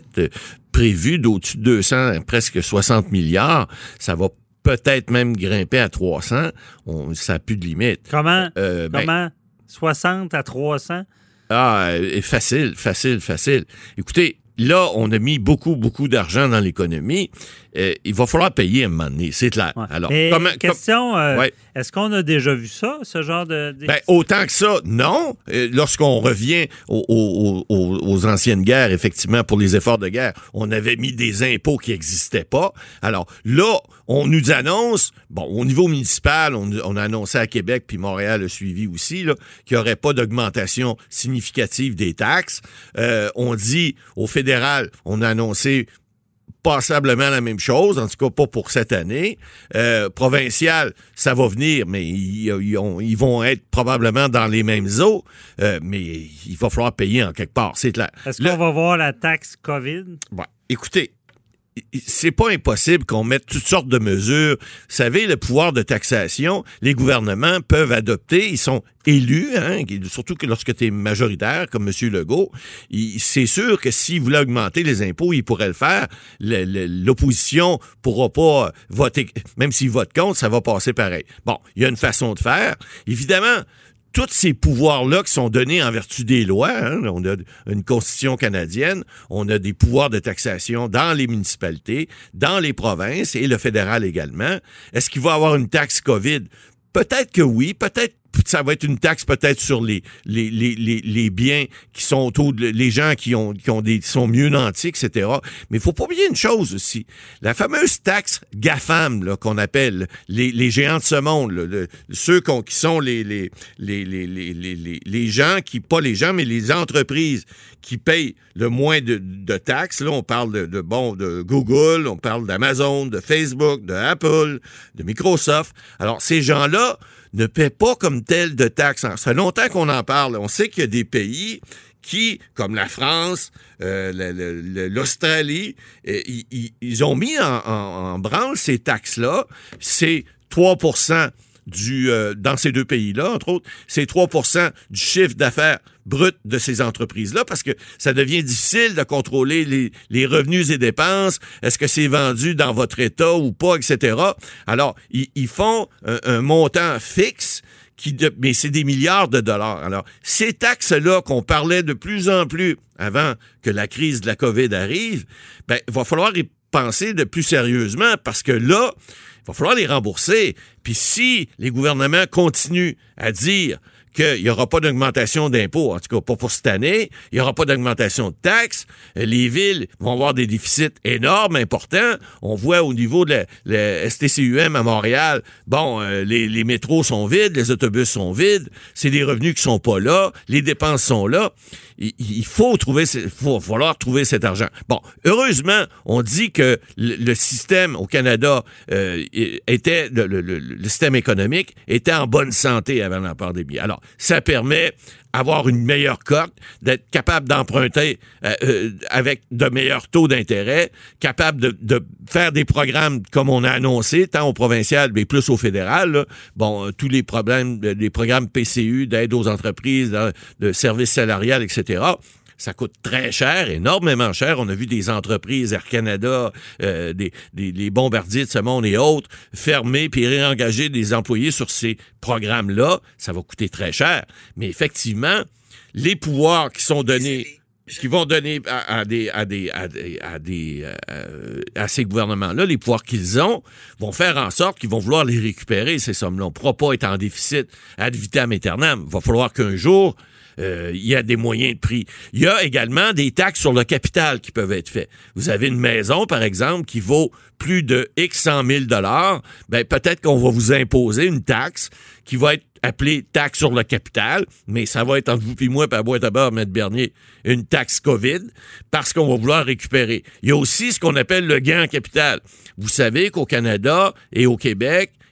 prévu d'au-dessus de deux cents, presque soixante milliards. Ça va peut-être même grimper à trois cents. On, ça n'a plus de limite. Comment? Euh, ben, Comment? soixante à trois cents? Ah, facile, facile, facile. Écoutez, là, on a mis beaucoup, beaucoup d'argent dans l'économie. Euh, il va falloir payer à un moment donné, c'est clair. Ouais. Alors, Mais comment, question, comme, euh, ouais. est-ce qu'on a déjà vu ça, ce genre de... Ben, autant que ça, non. Euh, lorsqu'on revient aux, aux, aux, aux anciennes guerres, effectivement, pour les efforts de guerre, on avait mis des impôts qui n'existaient pas. Alors là, on nous annonce, bon, au niveau municipal, on, on a annoncé à Québec, puis Montréal a suivi aussi, là, qu'il n'y aurait pas d'augmentation significative des taxes. Euh, on dit, au fédéral, on a annoncé passablement la même chose, en tout cas pas pour cette année. Euh, provincial, ça va venir, mais ils, ils, ont, ils vont être probablement dans les mêmes eaux, euh, mais il va falloir payer en quelque part, c'est clair. Est-ce qu'on Le... va voir la taxe COVID? Bon, écoutez, c'est pas impossible qu'on mette toutes sortes de mesures. Vous savez, le pouvoir de taxation, les gouvernements peuvent adopter, ils sont élus, hein, surtout que lorsque tu es majoritaire, comme M. Legault, il, c'est sûr que s'il voulait augmenter les impôts, il pourrait le faire. Le, le, l'opposition pourra pas voter, même s'il vote contre, ça va passer pareil. Bon, il y a une façon de faire. Évidemment, tous ces pouvoirs-là qui sont donnés en vertu des lois, hein, on a une constitution canadienne, on a des pouvoirs de taxation dans les municipalités, dans les provinces et le fédéral également. Est-ce qu'il va y avoir une taxe COVID? Peut-être que oui, peut-être ça va être une taxe peut-être sur les les les les, les biens qui sont autour de les gens qui ont qui ont des qui sont mieux nantis, et cetera. Mais il faut pas oublier une chose aussi, la fameuse taxe GAFAM là, qu'on appelle les les géants de ce monde, là, le, ceux qu'on, qui sont les les les les les les les gens qui pas les gens mais les entreprises qui payent le moins de, de taxes. Là, on parle de, de bon de Google, on parle d'Amazon, de Facebook, de Apple, de Microsoft. Alors ces gens-là ne paient pas comme tel de taxes. Ça fait longtemps qu'on en parle. On sait qu'il y a des pays qui, comme la France, euh, le, le, l'Australie, euh, ils, ils ont mis en, en, en branle ces taxes-là. C'est trois pour cent du euh, dans ces deux pays-là, entre autres, c'est trois pour cent du chiffre d'affaires brut de ces entreprises-là, parce que ça devient difficile de contrôler les, les revenus et dépenses. Est-ce que c'est vendu dans votre État ou pas, et cetera. Alors, ils, ils font un, un montant fixe, qui de, mais c'est des milliards de dollars. Alors, ces taxes-là qu'on parlait de plus en plus avant que la crise de la COVID arrive, ben, il va falloir y penser de plus sérieusement, parce que là, il va falloir les rembourser. Puis si les gouvernements continuent à dire qu'il n'y aura pas d'augmentation d'impôts, en tout cas pas pour cette année, il n'y aura pas d'augmentation de taxes, les villes vont avoir des déficits énormes, importants. On voit au niveau de la, la S T C U M à Montréal, bon, euh, les, les métros sont vides, les autobus sont vides, c'est des revenus qui sont pas là, les dépenses sont là. Il, il faut trouver, il faut falloir trouver cet argent. Bon, heureusement, on dit que le, le système au Canada euh, était, le, le, le système économique était en bonne santé avant la pandémie. Alors, ça permet avoir une meilleure cote, d'être capable d'emprunter euh, euh, avec de meilleurs taux d'intérêt, capable de, de faire des programmes comme on a annoncé, tant au provincial, mais plus au fédéral. Là. Bon, euh, tous les problèmes, euh, les programmes P C U, d'aide aux entreprises, de, de services salariales, et cetera, ça coûte très cher, énormément cher. On a vu des entreprises, Air Canada, euh, des, des les bombardiers de ce monde et autres, fermer puis réengager des employés sur ces programmes-là. Ça va coûter très cher. Mais effectivement, les pouvoirs qui sont donnés, qui vont donner à, à des à des à des à des euh, à ces gouvernements-là, les pouvoirs qu'ils ont, vont faire en sorte qu'ils vont vouloir les récupérer, ces sommes-là. On ne pourra pas être en déficit ad vitam aeternam. Il va falloir qu'un jour, Euh, il y a des moyens de prix. Il y a également des taxes sur le capital qui peuvent être faites. Vous avez une maison, par exemple, qui vaut plus de X cent mille dollars, ben peut-être qu'on va vous imposer une taxe qui va être appelée taxe sur le capital, mais ça va être entre vous et moi, puis à boîte à beurre, M. Bernier, une taxe COVID, parce qu'on va vouloir récupérer. Il y a aussi ce qu'on appelle le gain en capital. Vous savez qu'au Canada et au Québec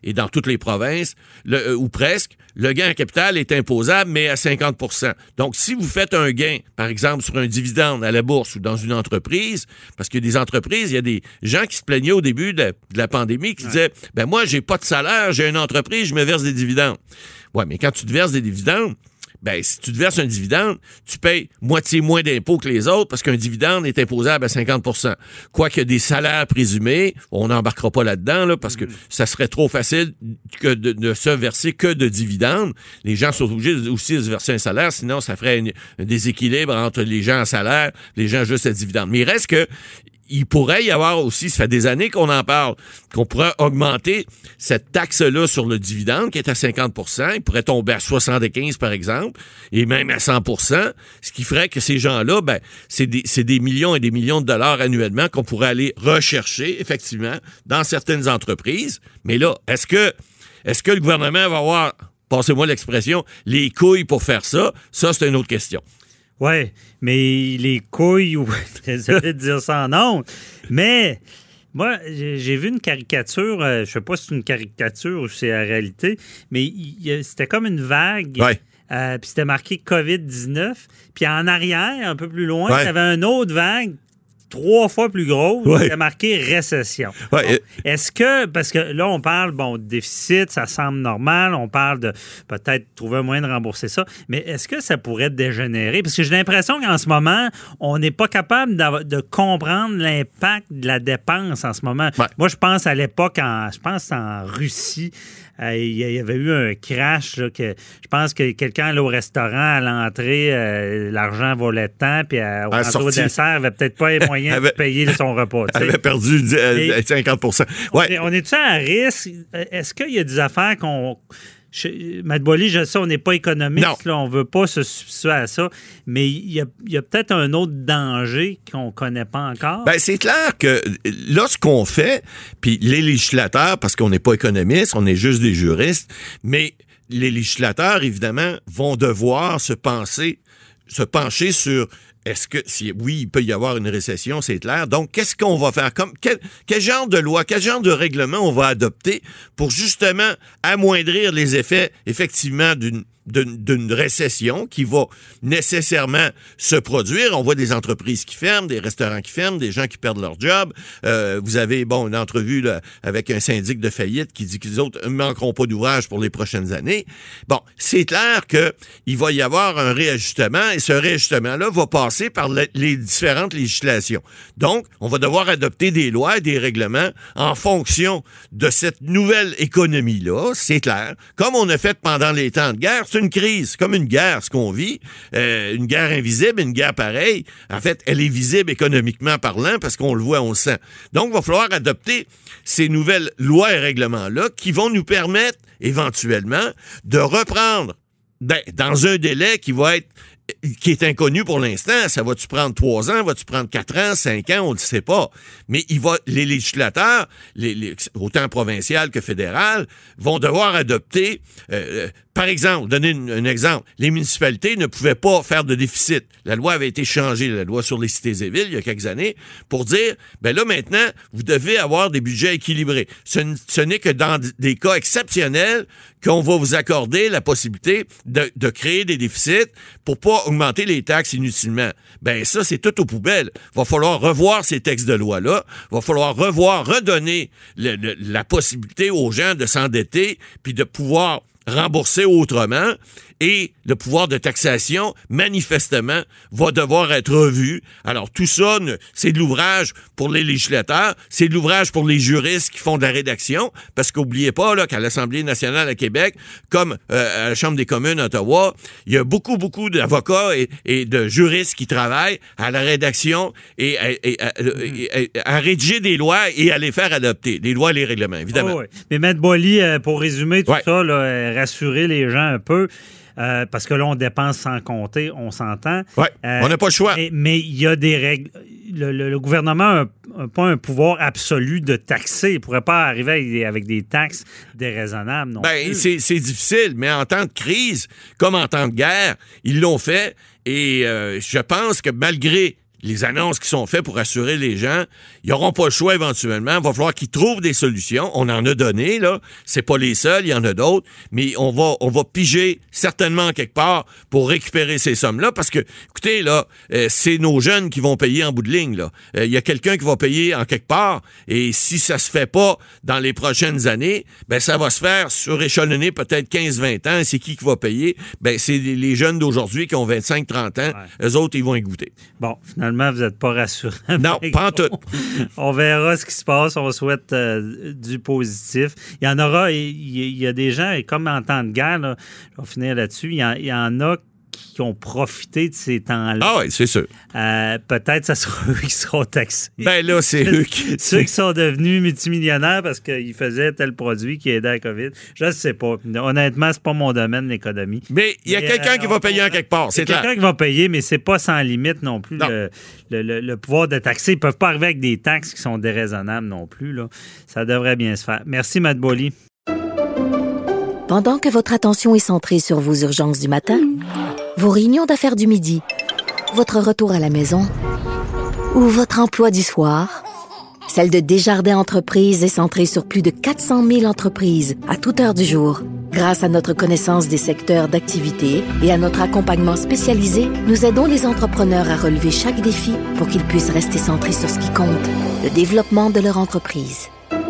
et dans toutes les provinces, le, euh, ou presque, le gain en capital est imposable, mais à cinquante pour cent. Donc, si vous faites un gain, par exemple, sur un dividende à la bourse ou dans une entreprise, parce qu'il y a des entreprises, il y a des gens qui se plaignaient au début de la, de la pandémie, qui ouais. disaient, ben moi, j'ai pas de salaire, j'ai une entreprise, je me verse des dividendes. Ouais, mais quand tu te verses des dividendes, ben, si tu te verses un dividende, tu payes moitié moins d'impôts que les autres parce qu'un dividende est imposable à cinquante pour cent. Quoique des salaires présumés, on n'embarquera pas là-dedans, là, parce que ça serait trop facile que de ne se verser que de dividendes. Les gens sont obligés aussi de se verser un salaire, sinon ça ferait un, un déséquilibre entre les gens en salaire, les gens juste à dividendes. Mais il reste que il pourrait y avoir aussi, ça fait des années qu'on en parle, qu'on pourrait augmenter cette taxe-là sur le dividende qui est à cinquante pour cent. Il pourrait tomber à soixante-quinze, par exemple, et même à cent pour cent, ce qui ferait que ces gens-là, ben, c'est des, c'est des millions et des millions de dollars annuellement qu'on pourrait aller rechercher, effectivement, dans certaines entreprises. Mais là, est-ce que, est-ce que le gouvernement va avoir, passez-moi l'expression, les couilles pour faire ça? Ça, c'est une autre question. Oui, mais les couilles, ou désolé de dire ça en honte, mais moi, j'ai vu une caricature, euh, je sais pas si c'est une caricature ou si c'est la réalité, mais y, c'était comme une vague, ouais. euh, puis c'était marqué covid dix-neuf, puis en arrière, un peu plus loin, il ouais. y avait une autre vague, trois fois plus grosse, ouais. c'était marqué récession. Ouais. Bon, est-ce que, parce que là, on parle, bon, de déficit, ça semble normal, on parle de peut-être trouver un moyen de rembourser ça, mais est-ce que ça pourrait dégénérer? Parce que j'ai l'impression qu'en ce moment, on n'est pas capable de comprendre l'impact de la dépense en ce moment. Ouais. Moi, je pense à l'époque, en, je pense en Russie, euh, il y avait eu un crash, là, que je pense que quelqu'un allait au restaurant, à l'entrée, euh, l'argent volait tant, puis euh, au, au dessert, il avait peut-être pas les moyens avait, de payer son repas. Elle avait perdu euh, cinquante pour cent. Ouais. On est-tu à risque? Est-ce qu'il y a des affaires qu'on... Matt Boily, je sais, on n'est pas économiste, là, on ne veut pas se substituer à ça, mais il y a, y a peut-être un autre danger qu'on ne connaît pas encore. Ben, c'est clair que là, ce qu'on fait, puis les législateurs, parce qu'on n'est pas économistes, on est juste des juristes, mais les législateurs, évidemment, vont devoir se penser, se pencher sur... Est-ce que, si, oui, il peut y avoir une récession, c'est clair. Donc, qu'est-ce qu'on va faire? Comme, quel, quel genre de loi, quel genre de règlement on va adopter pour justement amoindrir les effets, effectivement, d'une, d'une, d'une récession qui va nécessairement se produire? On voit des entreprises qui ferment, des restaurants qui ferment, des gens qui perdent leur job. Euh, vous avez, bon, une entrevue là, avec un syndic de faillite qui dit que les autres ne manqueront pas d'ouvrage pour les prochaines années. Bon, c'est clair qu'il va y avoir un réajustement et ce réajustement-là va passer par les différentes législations. Donc, on va devoir adopter des lois et des règlements en fonction de cette nouvelle économie-là, c'est clair. Comme on a fait pendant les temps de guerre, c'est une crise, c'est comme une guerre, ce qu'on vit. Euh, une guerre invisible, une guerre pareille. En fait, elle est visible économiquement parlant parce qu'on le voit, on le sent. Donc, il va falloir adopter ces nouvelles lois et règlements-là qui vont nous permettre, éventuellement, de reprendre ben, dans un délai qui va être qui est inconnu pour l'instant. Ça va-tu prendre trois ans? Va-tu prendre quatre ans? Cinq ans? On ne sait pas. Mais il va, les législateurs, les, les, autant provincial que fédéral, vont devoir adopter... Euh, par exemple, donner une, un exemple, les municipalités ne pouvaient pas faire de déficit. La loi avait été changée, la loi sur les cités et villes, il y a quelques années, pour dire, ben là, maintenant, vous devez avoir des budgets équilibrés. Ce, ce n'est que dans des cas exceptionnels qu'on va vous accorder la possibilité de, de créer des déficits pour pas augmenter les taxes inutilement. Ben ça, c'est tout aux poubelles. Il va falloir revoir ces textes de loi-là. Il va falloir revoir, redonner le, le, la possibilité aux gens de s'endetter puis de pouvoir rembourser autrement, et le pouvoir de taxation, manifestement, va devoir être revu. Alors, tout ça, c'est de l'ouvrage pour les législateurs, c'est de l'ouvrage pour les juristes qui font de la rédaction, parce qu'oubliez pas là, qu'à l'Assemblée nationale à Québec, comme euh, à la Chambre des communes à Ottawa, il y a beaucoup, beaucoup d'avocats et, et de juristes qui travaillent à la rédaction et à, et, à, et à, à rédiger des lois et à les faire adopter, les lois et les règlements, évidemment. Oh, oui. Mais Maître Boily, pour résumer tout ouais. ça, là, rassurer les gens un peu, Euh, parce que là, on dépense sans compter, on s'entend. Oui, euh, on n'a pas le choix. Et, mais il y a des règles. Le, le, le gouvernement n'a pas un pouvoir absolu de taxer. Il ne pourrait pas arriver avec, avec des taxes déraisonnables non ben, plus. C'est, c'est difficile, mais en temps de crise, comme en temps de guerre, ils l'ont fait. Et euh, je pense que malgré les annonces qui sont faites pour assurer les gens, ils n'auront pas le choix éventuellement. Il va falloir qu'ils trouvent des solutions. On en a donné, là. C'est pas les seuls, il y en a d'autres. Mais on va, on va piger certainement quelque part pour récupérer ces sommes-là. Parce que, écoutez, là, euh, c'est nos jeunes qui vont payer en bout de ligne, là. Il euh, y a quelqu'un qui va payer en quelque part. Et si ça se fait pas dans les prochaines années, ben, ça va se faire suréchelonner peut-être quinze vingt ans. C'est qui qui va payer? Ben, c'est les jeunes d'aujourd'hui qui ont vingt-cinq trente ans. Ouais. Eux autres, ils vont y goûter. Bon, finalement, vous n'êtes pas rassurant. Non, pas en tout. On verra ce qui se passe. On souhaite euh, du positif. Il y en aura, il y, il y a des gens, et comme en temps de guerre, là, je vais finir là-dessus, il y, en, il y en a qui ont profité de ces temps-là. Ah oui, c'est sûr. Euh, peut-être ça sera eux qui seront taxés. Ben là, c'est eux qui... Ceux qui sont devenus multimillionnaires parce qu'ils faisaient tel produit qui aidait à la COVID. Je ne sais pas. Honnêtement, c'est pas mon domaine, l'économie. Mais il y a mais, quelqu'un euh, qui va payer en quelque part, c'est clair. quelqu'un qui va payer, mais c'est pas sans limite non plus. Non. Le, le, le, le pouvoir de taxer. Ils peuvent pas arriver avec des taxes qui sont déraisonnables non plus, là. Ça devrait bien se faire. Merci, Matt Boily. Pendant que votre attention est centrée sur vos urgences du matin, vos réunions d'affaires du midi, votre retour à la maison ou votre emploi du soir, celle de Desjardins Entreprises est centrée sur plus de quatre cent mille entreprises à toute heure du jour. Grâce à notre connaissance des secteurs d'activité et à notre accompagnement spécialisé, nous aidons les entrepreneurs à relever chaque défi pour qu'ils puissent rester centrés sur ce qui compte, le développement de leur entreprise.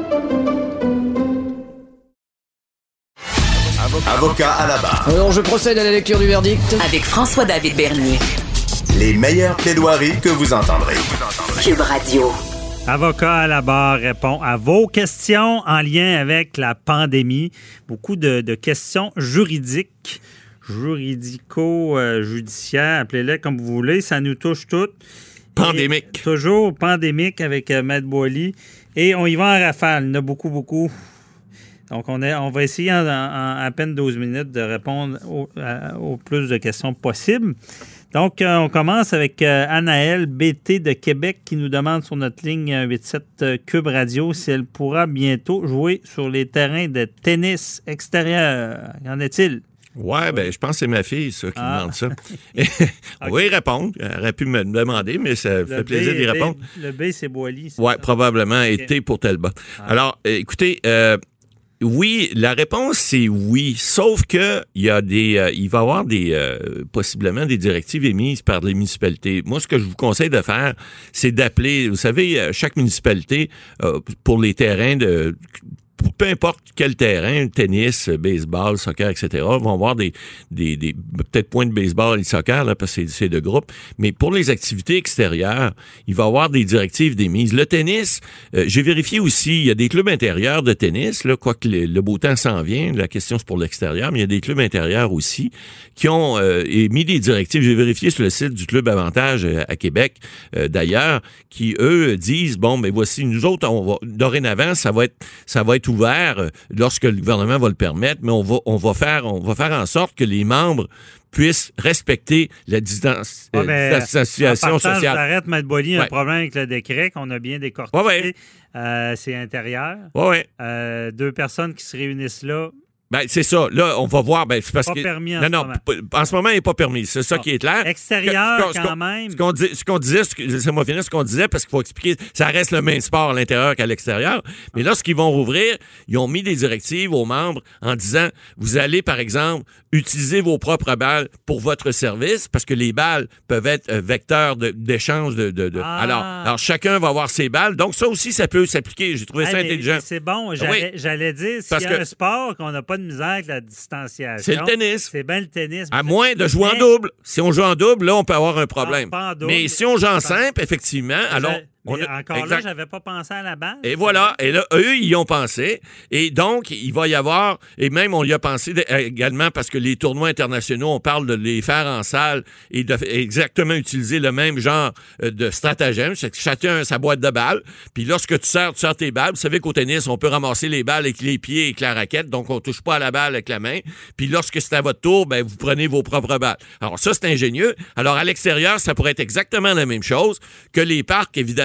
Avocat à la barre. Alors, je procède à la lecture du verdict. Avec François-David Bernier. Les meilleures plaidoiries que vous entendrez. Cube Radio. Avocat à la barre répond à vos questions en lien avec la pandémie. Beaucoup de, de questions juridiques, juridico-judiciaires, appelez-les comme vous voulez. Ça nous touche toutes. Pandémique. Et toujours pandémique avec euh, Matt Boily. Et on y va en rafale. Il y en a beaucoup, beaucoup. Donc, on, est, on va essayer en, en à peine douze minutes de répondre au, à, au plus de questions possibles. Donc, euh, on commence avec euh, Anaëlle B T de Québec qui nous demande sur notre ligne huit sept euh, Cube Radio si elle pourra bientôt jouer sur les terrains de tennis extérieur. Qu'en est-il? Ouais, ben je pense que c'est ma fille, ça, qui ah. demande ça. On va y répondre. Elle aurait pu me demander, mais ça le fait B, plaisir d'y répondre. B, le B, c'est Boily. Oui, probablement. Okay. Et T pour Telba. Ah. Alors, écoutez... Euh, Oui, la réponse c'est oui, sauf que il y a des, euh, il va y avoir des euh, possiblement des directives émises par les municipalités. Moi, ce que je vous conseille de faire, c'est d'appeler. Vous savez, chaque municipalité euh, pour les terrains de peu importe quel terrain, tennis, baseball, soccer, et cetera, vont avoir des, des, des peut-être points de baseball et de soccer, là, parce que c'est, c'est de groupe. Mais pour les activités extérieures, il va y avoir des directives d'émises. Le tennis, euh, j'ai vérifié aussi, il y a des clubs intérieurs de tennis, là, quoique le, le beau temps s'en vient, la question c'est pour l'extérieur, mais il y a des clubs intérieurs aussi qui ont euh, émis des directives. J'ai vérifié sur le site du Club Avantage à, à Québec, euh, d'ailleurs, qui, eux, disent, bon, mais voici, nous autres, on va, dorénavant, ça va être, ça va être ouvert lorsque le gouvernement va le permettre, mais on va, on va faire, on va faire en sorte que les membres puissent respecter la distance, ouais, euh, distanciation sociale. Je t'arrête, Matt Boily, ouais. un problème avec le décret qu'on a bien décortiqué. Ouais, ouais. Euh, c'est intérieur. Ouais, ouais. Euh, deux personnes qui se réunissent là. Ben, c'est ça. Là, on va voir. Ben, c'est parce pas que. permis en non, ce non, moment. p- en ce moment, il n'est pas permis. C'est ça ah. qui est clair. Extérieur, ce, ce, quand ce même. Ce qu'on, dit, ce qu'on disait, ce que, laissez-moi finir ce qu'on disait, parce qu'il faut expliquer, ça reste le même sport à l'intérieur qu'à l'extérieur. Mais lorsqu'ils vont rouvrir, ils ont mis des directives aux membres en disant, vous allez, par exemple, utiliser vos propres balles pour votre service, parce que les balles peuvent être euh, vecteurs de, d'échange de. de, de. Ah. Alors, alors, chacun va avoir ses balles. Donc, ça aussi, ça peut s'appliquer. J'ai trouvé ah, ça mais, intelligent. Mais c'est bon. J'allais, oui. j'allais dire, s'il y a que, un sport qu'on n'a pas de misère avec la distanciation. C'est le tennis. C'est bien le tennis. À moins de jouer en double. Si on joue en double, là, on peut avoir un problème. Pas en double, mais si on joue en simple, effectivement, alors... On a, encore exact. Là, j'avais pas pensé à la balle. Et voilà. Et là, eux, ils y ont pensé. Et donc, il va y avoir... Et même, on y a pensé de, également parce que les tournois internationaux, on parle de les faire en salle et de exactement utiliser le même genre de stratagème. C'est que chacun a sa boîte de balles. Puis lorsque tu sers, tu sers tes balles. Vous savez qu'au tennis, on peut ramasser les balles avec les pieds et avec la raquette. Donc, on touche pas à la balle avec la main. Puis lorsque c'est à votre tour, ben vous prenez vos propres balles. Alors ça, c'est ingénieux. Alors, à l'extérieur, ça pourrait être exactement la même chose que les parcs, évidemment.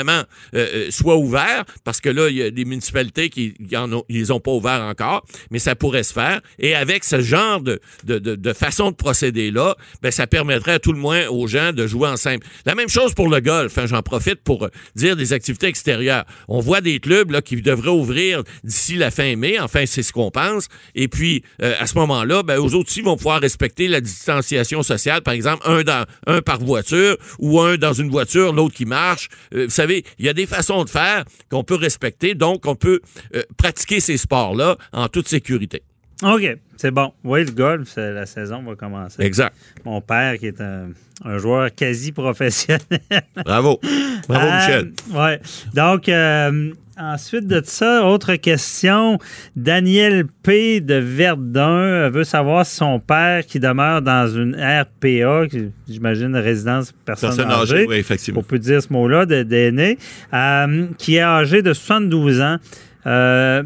évidemment, euh, soit ouvert, parce que là, il y a des municipalités qui ne les ont pas ouverts encore, mais ça pourrait se faire. Et avec ce genre de, de, de, de façon de procéder-là, ben, ça permettrait à tout le moins aux gens de jouer en simple. La même chose pour le golf. Hein, j'en profite pour dire des activités extérieures. On voit des clubs là, qui devraient ouvrir d'ici la fin mai. Enfin, c'est ce qu'on pense. Et puis, euh, à ce moment-là, ben, eux autres aussi vont pouvoir respecter la distanciation sociale. Par exemple, un, dans, un par voiture ou un dans une voiture, l'autre qui marche. Euh, vous savez, il y a des façons de faire qu'on peut respecter. Donc, on peut euh, pratiquer ces sports-là en toute sécurité. OK, c'est bon. Oui, le golf, c'est, la saison va commencer. Exact. Mon père, qui est un, un joueur quasi professionnel. Bravo. Bravo, euh, Michel. Oui. Donc, euh, ensuite de ça, autre question. Daniel P. de Verdun veut savoir si son père, qui demeure dans une R P A, j'imagine résidence personne, personne âgée, âgée, oui, effectivement. On peut dire ce mot-là, de, d'aîné, euh, qui est âgé de soixante-douze ans, euh,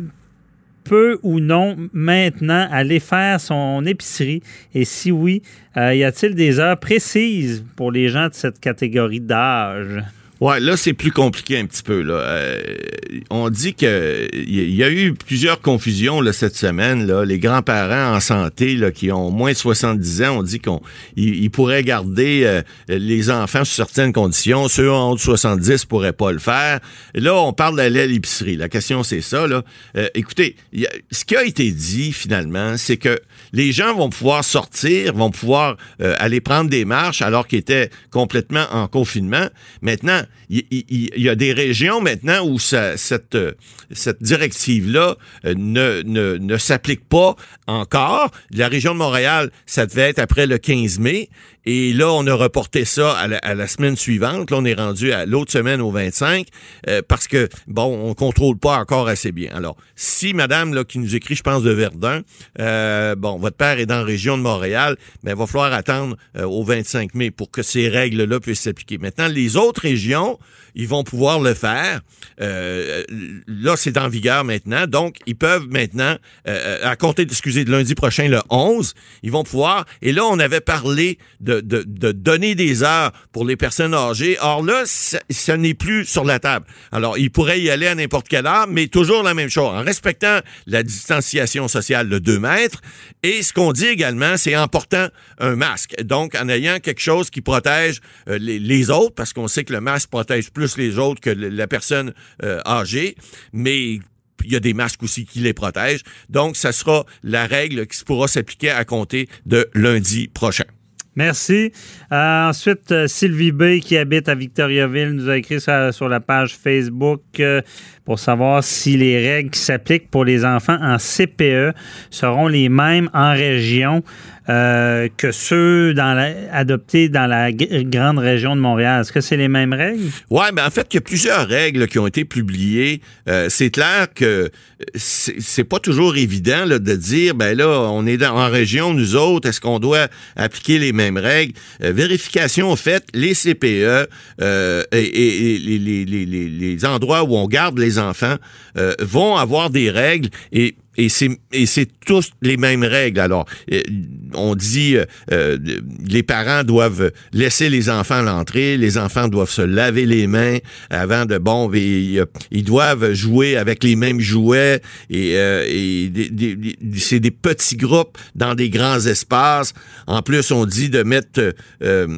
peut ou non maintenant aller faire son épicerie? Et si oui, euh, y a-t-il des heures précises pour les gens de cette catégorie d'âge? Ouais, là, c'est plus compliqué un petit peu. Là. Euh, on dit que il y a eu plusieurs confusions là, cette semaine. Là. Les grands-parents en santé là, qui ont moins de soixante-dix ans, on dit qu'on ils, ils pourraient garder euh, les enfants sous certaines conditions. Ceux en haut de soixante-dix ne pourraient pas le faire. Là, on parle d'aller à l'épicerie. La question, c'est ça. Là. Euh, écoutez, y a, ce qui a été dit, finalement, c'est que les gens vont pouvoir sortir, vont pouvoir euh, aller prendre des marches alors qu'ils étaient complètement en confinement. Maintenant, il, il, il y a des régions maintenant où ça, cette, cette directive-là euh, ne, ne, ne s'applique pas encore. La région de Montréal, ça devait être après le quinze mai. Et là, on a reporté ça à la, à la semaine suivante. Là, on est rendu à l'autre semaine au vingt-cinq euh, parce que, bon, on contrôle pas encore assez bien. Alors, si madame là, qui nous écrit, je pense, de Verdun, euh, bon, votre père est dans la région de Montréal, mais il va falloir attendre euh, au vingt-cinq mai pour que ces règles-là puissent s'appliquer. Maintenant, les autres régions, ils vont pouvoir le faire. Euh, là, c'est en vigueur maintenant. Donc, ils peuvent maintenant, euh, à compter, excusez, de lundi prochain, le onze, ils vont pouvoir. Et là, on avait parlé de, de, de donner des heures pour les personnes âgées. Or là, ça, ça n'est plus sur la table. Alors, ils pourraient y aller à n'importe quelle heure, mais toujours la même chose, en respectant la distanciation sociale de deux mètres. Et ce qu'on dit également, c'est en portant un masque. Donc, en ayant quelque chose qui protège euh, les, les autres, parce qu'on sait que le masque protège plus les autres que la personne euh, âgée, mais il y a des masques aussi qui les protègent. Donc, ça sera la règle qui pourra s'appliquer à compter de lundi prochain. Merci. Euh, ensuite, euh, Sylvie B, qui habite à Victoriaville, nous a écrit ça sur la page Facebook euh, pour savoir si les règles qui s'appliquent pour les enfants en C P E seront les mêmes en région euh, que ceux dans la, adoptés dans la g- grande région de Montréal. Est-ce que c'est les mêmes règles? Oui, ben en fait, il y a plusieurs règles qui ont été publiées. Euh, c'est clair que c'est, c'est pas toujours évident là, de dire, ben là, on est dans, en région, nous autres, est-ce qu'on doit appliquer les mêmes règles? Euh, vérification faite, les C P E euh, et, et, et les, les, les, les endroits où on garde les enfants euh, vont avoir des règles et Et c'est, et c'est tous les mêmes règles. Alors, euh, on dit euh, les parents doivent laisser les enfants à l'entrée, les enfants doivent se laver les mains avant de... Bon, et, euh, ils doivent jouer avec les mêmes jouets et, euh, et des, des, des, c'est des petits groupes dans des grands espaces. En plus, on dit de mettre... Euh, euh,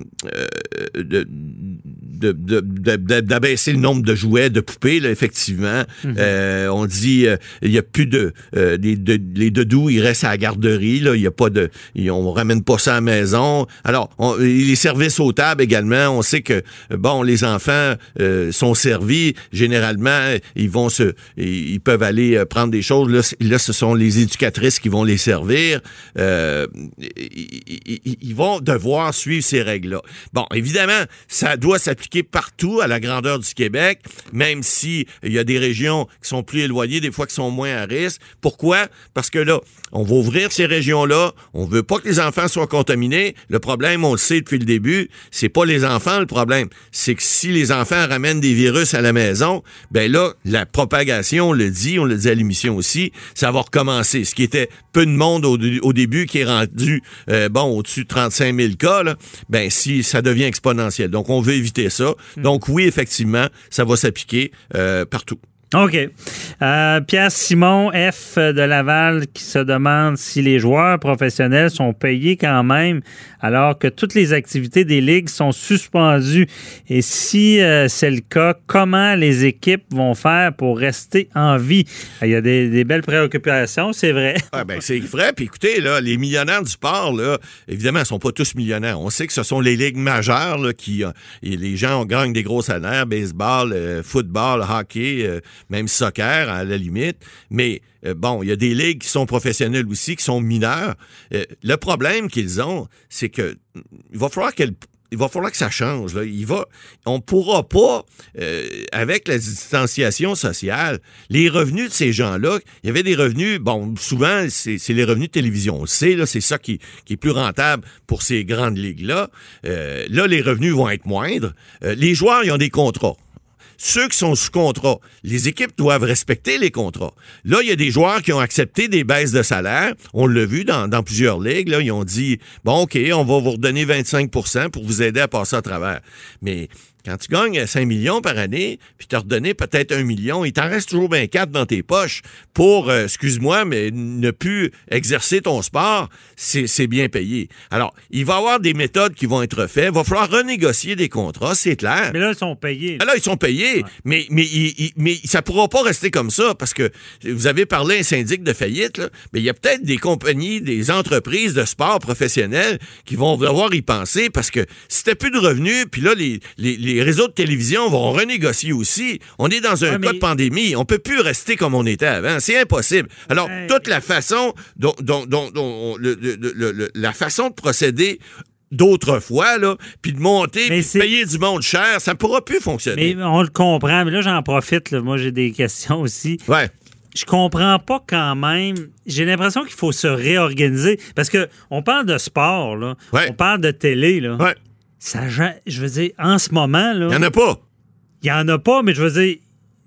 de, de, de, de, de, d'abaisser le nombre de jouets, de poupées, là, effectivement. Mm-hmm. Euh, on dit euh, il y a plus de... Euh, Les, de, les doudous, ils restent à la garderie. Là, il y a pas de, on ramène pas ça à la maison. Alors, on, les services aux tables également. On sait que bon, les enfants euh, sont servis. Généralement, ils vont se, ils peuvent aller prendre des choses. Là, là ce sont les éducatrices qui vont les servir. Euh, ils, ils, ils vont devoir suivre ces règles-là. Bon, évidemment, ça doit s'appliquer partout à la grandeur du Québec, même si il y a des régions qui sont plus éloignées, des fois qui sont moins à risque. Pourquoi? Parce que là, on va ouvrir ces régions-là, on veut pas que les enfants soient contaminés. Le problème, on le sait depuis le début, c'est pas les enfants le problème. C'est que si les enfants ramènent des virus à la maison, ben là, la propagation, on le dit, on le dit à l'émission aussi, ça va recommencer. Ce qui était peu de monde au, au début, qui est rendu, euh, bon, au-dessus de trente-cinq mille cas, là, ben si ça devient exponentiel. Donc, on veut éviter ça. ça. Mmh. Donc oui, effectivement, ça va s'appliquer euh, partout. OK. Euh, Pierre Simon, F de Laval, qui se demande si les joueurs professionnels sont payés quand même alors que toutes les activités des ligues sont suspendues. Et si euh, c'est le cas, comment les équipes vont faire pour rester en vie? Il y a des, des belles préoccupations, c'est vrai. Ah ben c'est vrai. Puis écoutez, là, les millionnaires du sport, là, évidemment, ils ne sont pas tous millionnaires. On sait que ce sont les ligues majeures là, qui... Euh, et les gens gagnent des gros salaires, baseball, euh, football, hockey... Euh, même soccer, à la limite. Mais euh, bon, il y a des ligues qui sont professionnelles aussi, qui sont mineures. Euh, le problème qu'ils ont, c'est que il va falloir qu'elle Il va falloir que ça change. Là. Il va, on ne pourra pas, euh, avec la distanciation sociale, les revenus de ces gens-là, il y avait des revenus, bon, souvent, c'est, c'est les revenus de télévision. On le sait, là, c'est ça qui, qui est plus rentable pour ces grandes ligues-là. Euh, là, les revenus vont être moindres. Euh, les joueurs, ils ont des contrats. Ceux qui sont sous contrat, les équipes doivent respecter les contrats. Là, il y a des joueurs qui ont accepté des baisses de salaire. On l'a vu dans, dans plusieurs ligues. Là, ils ont dit, bon, OK, on va vous redonner vingt-cinq pour cent pour vous aider à passer à travers. Mais quand tu gagnes cinq millions par année, puis tu as redonné peut-être un million, il t'en reste toujours bien quatre dans tes poches pour, euh, excuse-moi, mais ne plus exercer ton sport, c'est, c'est bien payé. Alors, il va y avoir des méthodes qui vont être faites. Il va falloir renégocier des contrats, c'est clair. Mais là, ils sont payés. Ah là, ils sont payés, ouais. mais, mais, il, il, mais ça ne pourra pas rester comme ça parce que vous avez parlé un syndic de faillite, là, mais il y a peut-être des compagnies, des entreprises de sport professionnels qui vont devoir y penser parce que si t'as plus de revenus, puis là, les, les, les Les réseaux de télévision vont renégocier aussi. On est dans un ouais, cas mais... de pandémie. On peut plus rester comme on était avant. C'est impossible. Alors, ouais. toute la façon dont, dont, dont, dont le, le, le, le, la façon de procéder d'autrefois, là, puis de monter, puis de payer du monde cher, ça ne pourra plus fonctionner. Mais on le comprend. Mais là, j'en profite. Là. Moi, j'ai des questions aussi. Ouais. Je comprends pas quand même. J'ai l'impression qu'il faut se réorganiser. Parce que on parle de sport, là. Ouais. On parle de télé, là. Ouais. Ça, je veux dire, en ce moment, là... Il n'y en a pas. Il n'y en a pas, mais je veux dire,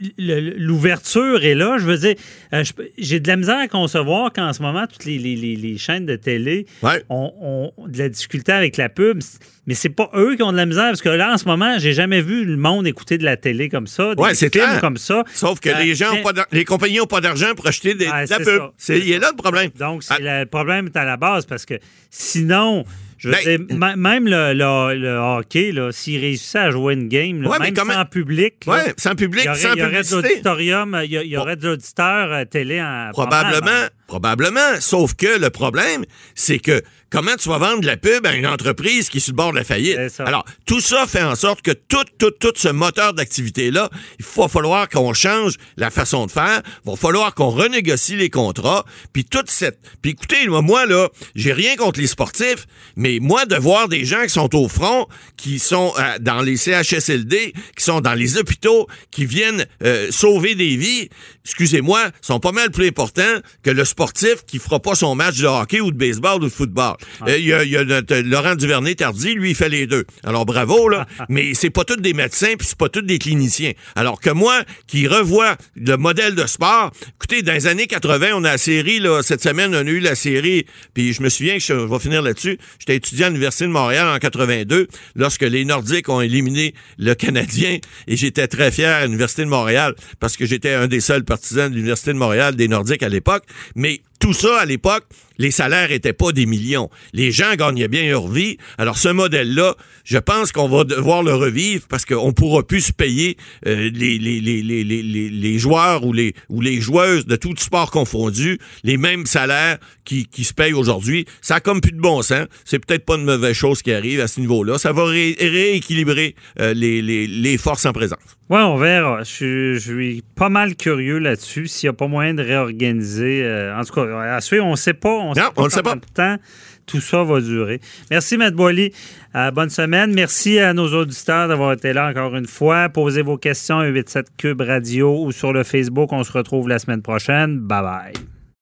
l'ouverture est là. Je veux dire, euh, je, j'ai de la misère à concevoir qu'en ce moment, toutes les, les, les, les chaînes de télé ouais. ont, ont de la difficulté avec la pub. Mais c'est pas eux qui ont de la misère, parce que là, en ce moment, j'ai jamais vu le monde écouter de la télé comme ça, des ouais, c'est films clair. comme ça. Sauf que euh, les gens mais... ont pas les compagnies n'ont pas d'argent pour acheter des, ah, de la pub. Ça. C'est, il est là le problème. Donc, c'est ah. le problème est à la base, parce que sinon... Je veux ben, dire, m- même le, le, le hockey, là, s'il réussissait à jouer une game, là, ouais, même comment... sans public, là, ouais, sans public, il y aurait, sans il y aurait publicité. de l'auditorium, il y, y aurait bon. de l'auditeurs euh, télé en probablement, mal, probablement. Sauf que le problème, c'est que comment tu vas vendre de la pub à une entreprise qui est sur le bord de la faillite? Alors, tout ça fait en sorte que tout, tout, tout ce moteur d'activité-là, il va falloir qu'on change la façon de faire, il va falloir qu'on renégocie les contrats, puis toute cette... Puis écoutez, moi, là, j'ai rien contre les sportifs, mais moi, de voir des gens qui sont au front, qui sont euh, dans les C H S L D, qui sont dans les hôpitaux, qui viennent euh, sauver des vies, excusez-moi, sont pas mal plus importants que le sportif qui fera pas son match de hockey ou de baseball ou de football. Il euh, y a, y a notre, Laurent Duvernay-Tardy, lui, il fait les deux. Alors, bravo, là, mais c'est pas tous des médecins puis c'est pas tous des cliniciens. Alors que moi, qui revois le modèle de sport, écoutez, dans les années quatre-vingts, on a la série, là, cette semaine, on a eu la série, puis je me souviens que je, je vais finir là-dessus, j'étais étudiant à l'Université de Montréal en quatre-vingt-deux, lorsque les Nordiques ont éliminé le Canadien, et j'étais très fier à l'Université de Montréal, parce que j'étais un des seuls partisans de l'Université de Montréal, des Nordiques à l'époque, mais tout ça, à l'époque, les salaires étaient pas des millions. Les gens gagnaient bien leur vie. Alors, ce modèle-là, je pense qu'on va devoir le revivre parce qu'on pourra plus se payer euh, les, les, les, les, les, les joueurs ou les, ou les joueuses de tout sport confondu, les mêmes salaires qui, qui se payent aujourd'hui. Ça a comme plus de bon sens. C'est peut-être pas une mauvaise chose qui arrive à ce niveau-là. Ça va ré- rééquilibrer euh, les, les, les forces en présence. Oui, on verra. Je, je suis pas mal curieux là-dessus. S'il n'y a pas moyen de réorganiser. Euh, en tout cas, à suivre, on ne sait pas. On non, sait pas on ne sait pas. Temps tout ça va durer. Merci, M. Boily. Euh, bonne semaine. Merci à nos auditeurs d'avoir été là encore une fois. Posez vos questions à huit sept Cube Radio ou sur le Facebook. On se retrouve la semaine prochaine. Bye bye.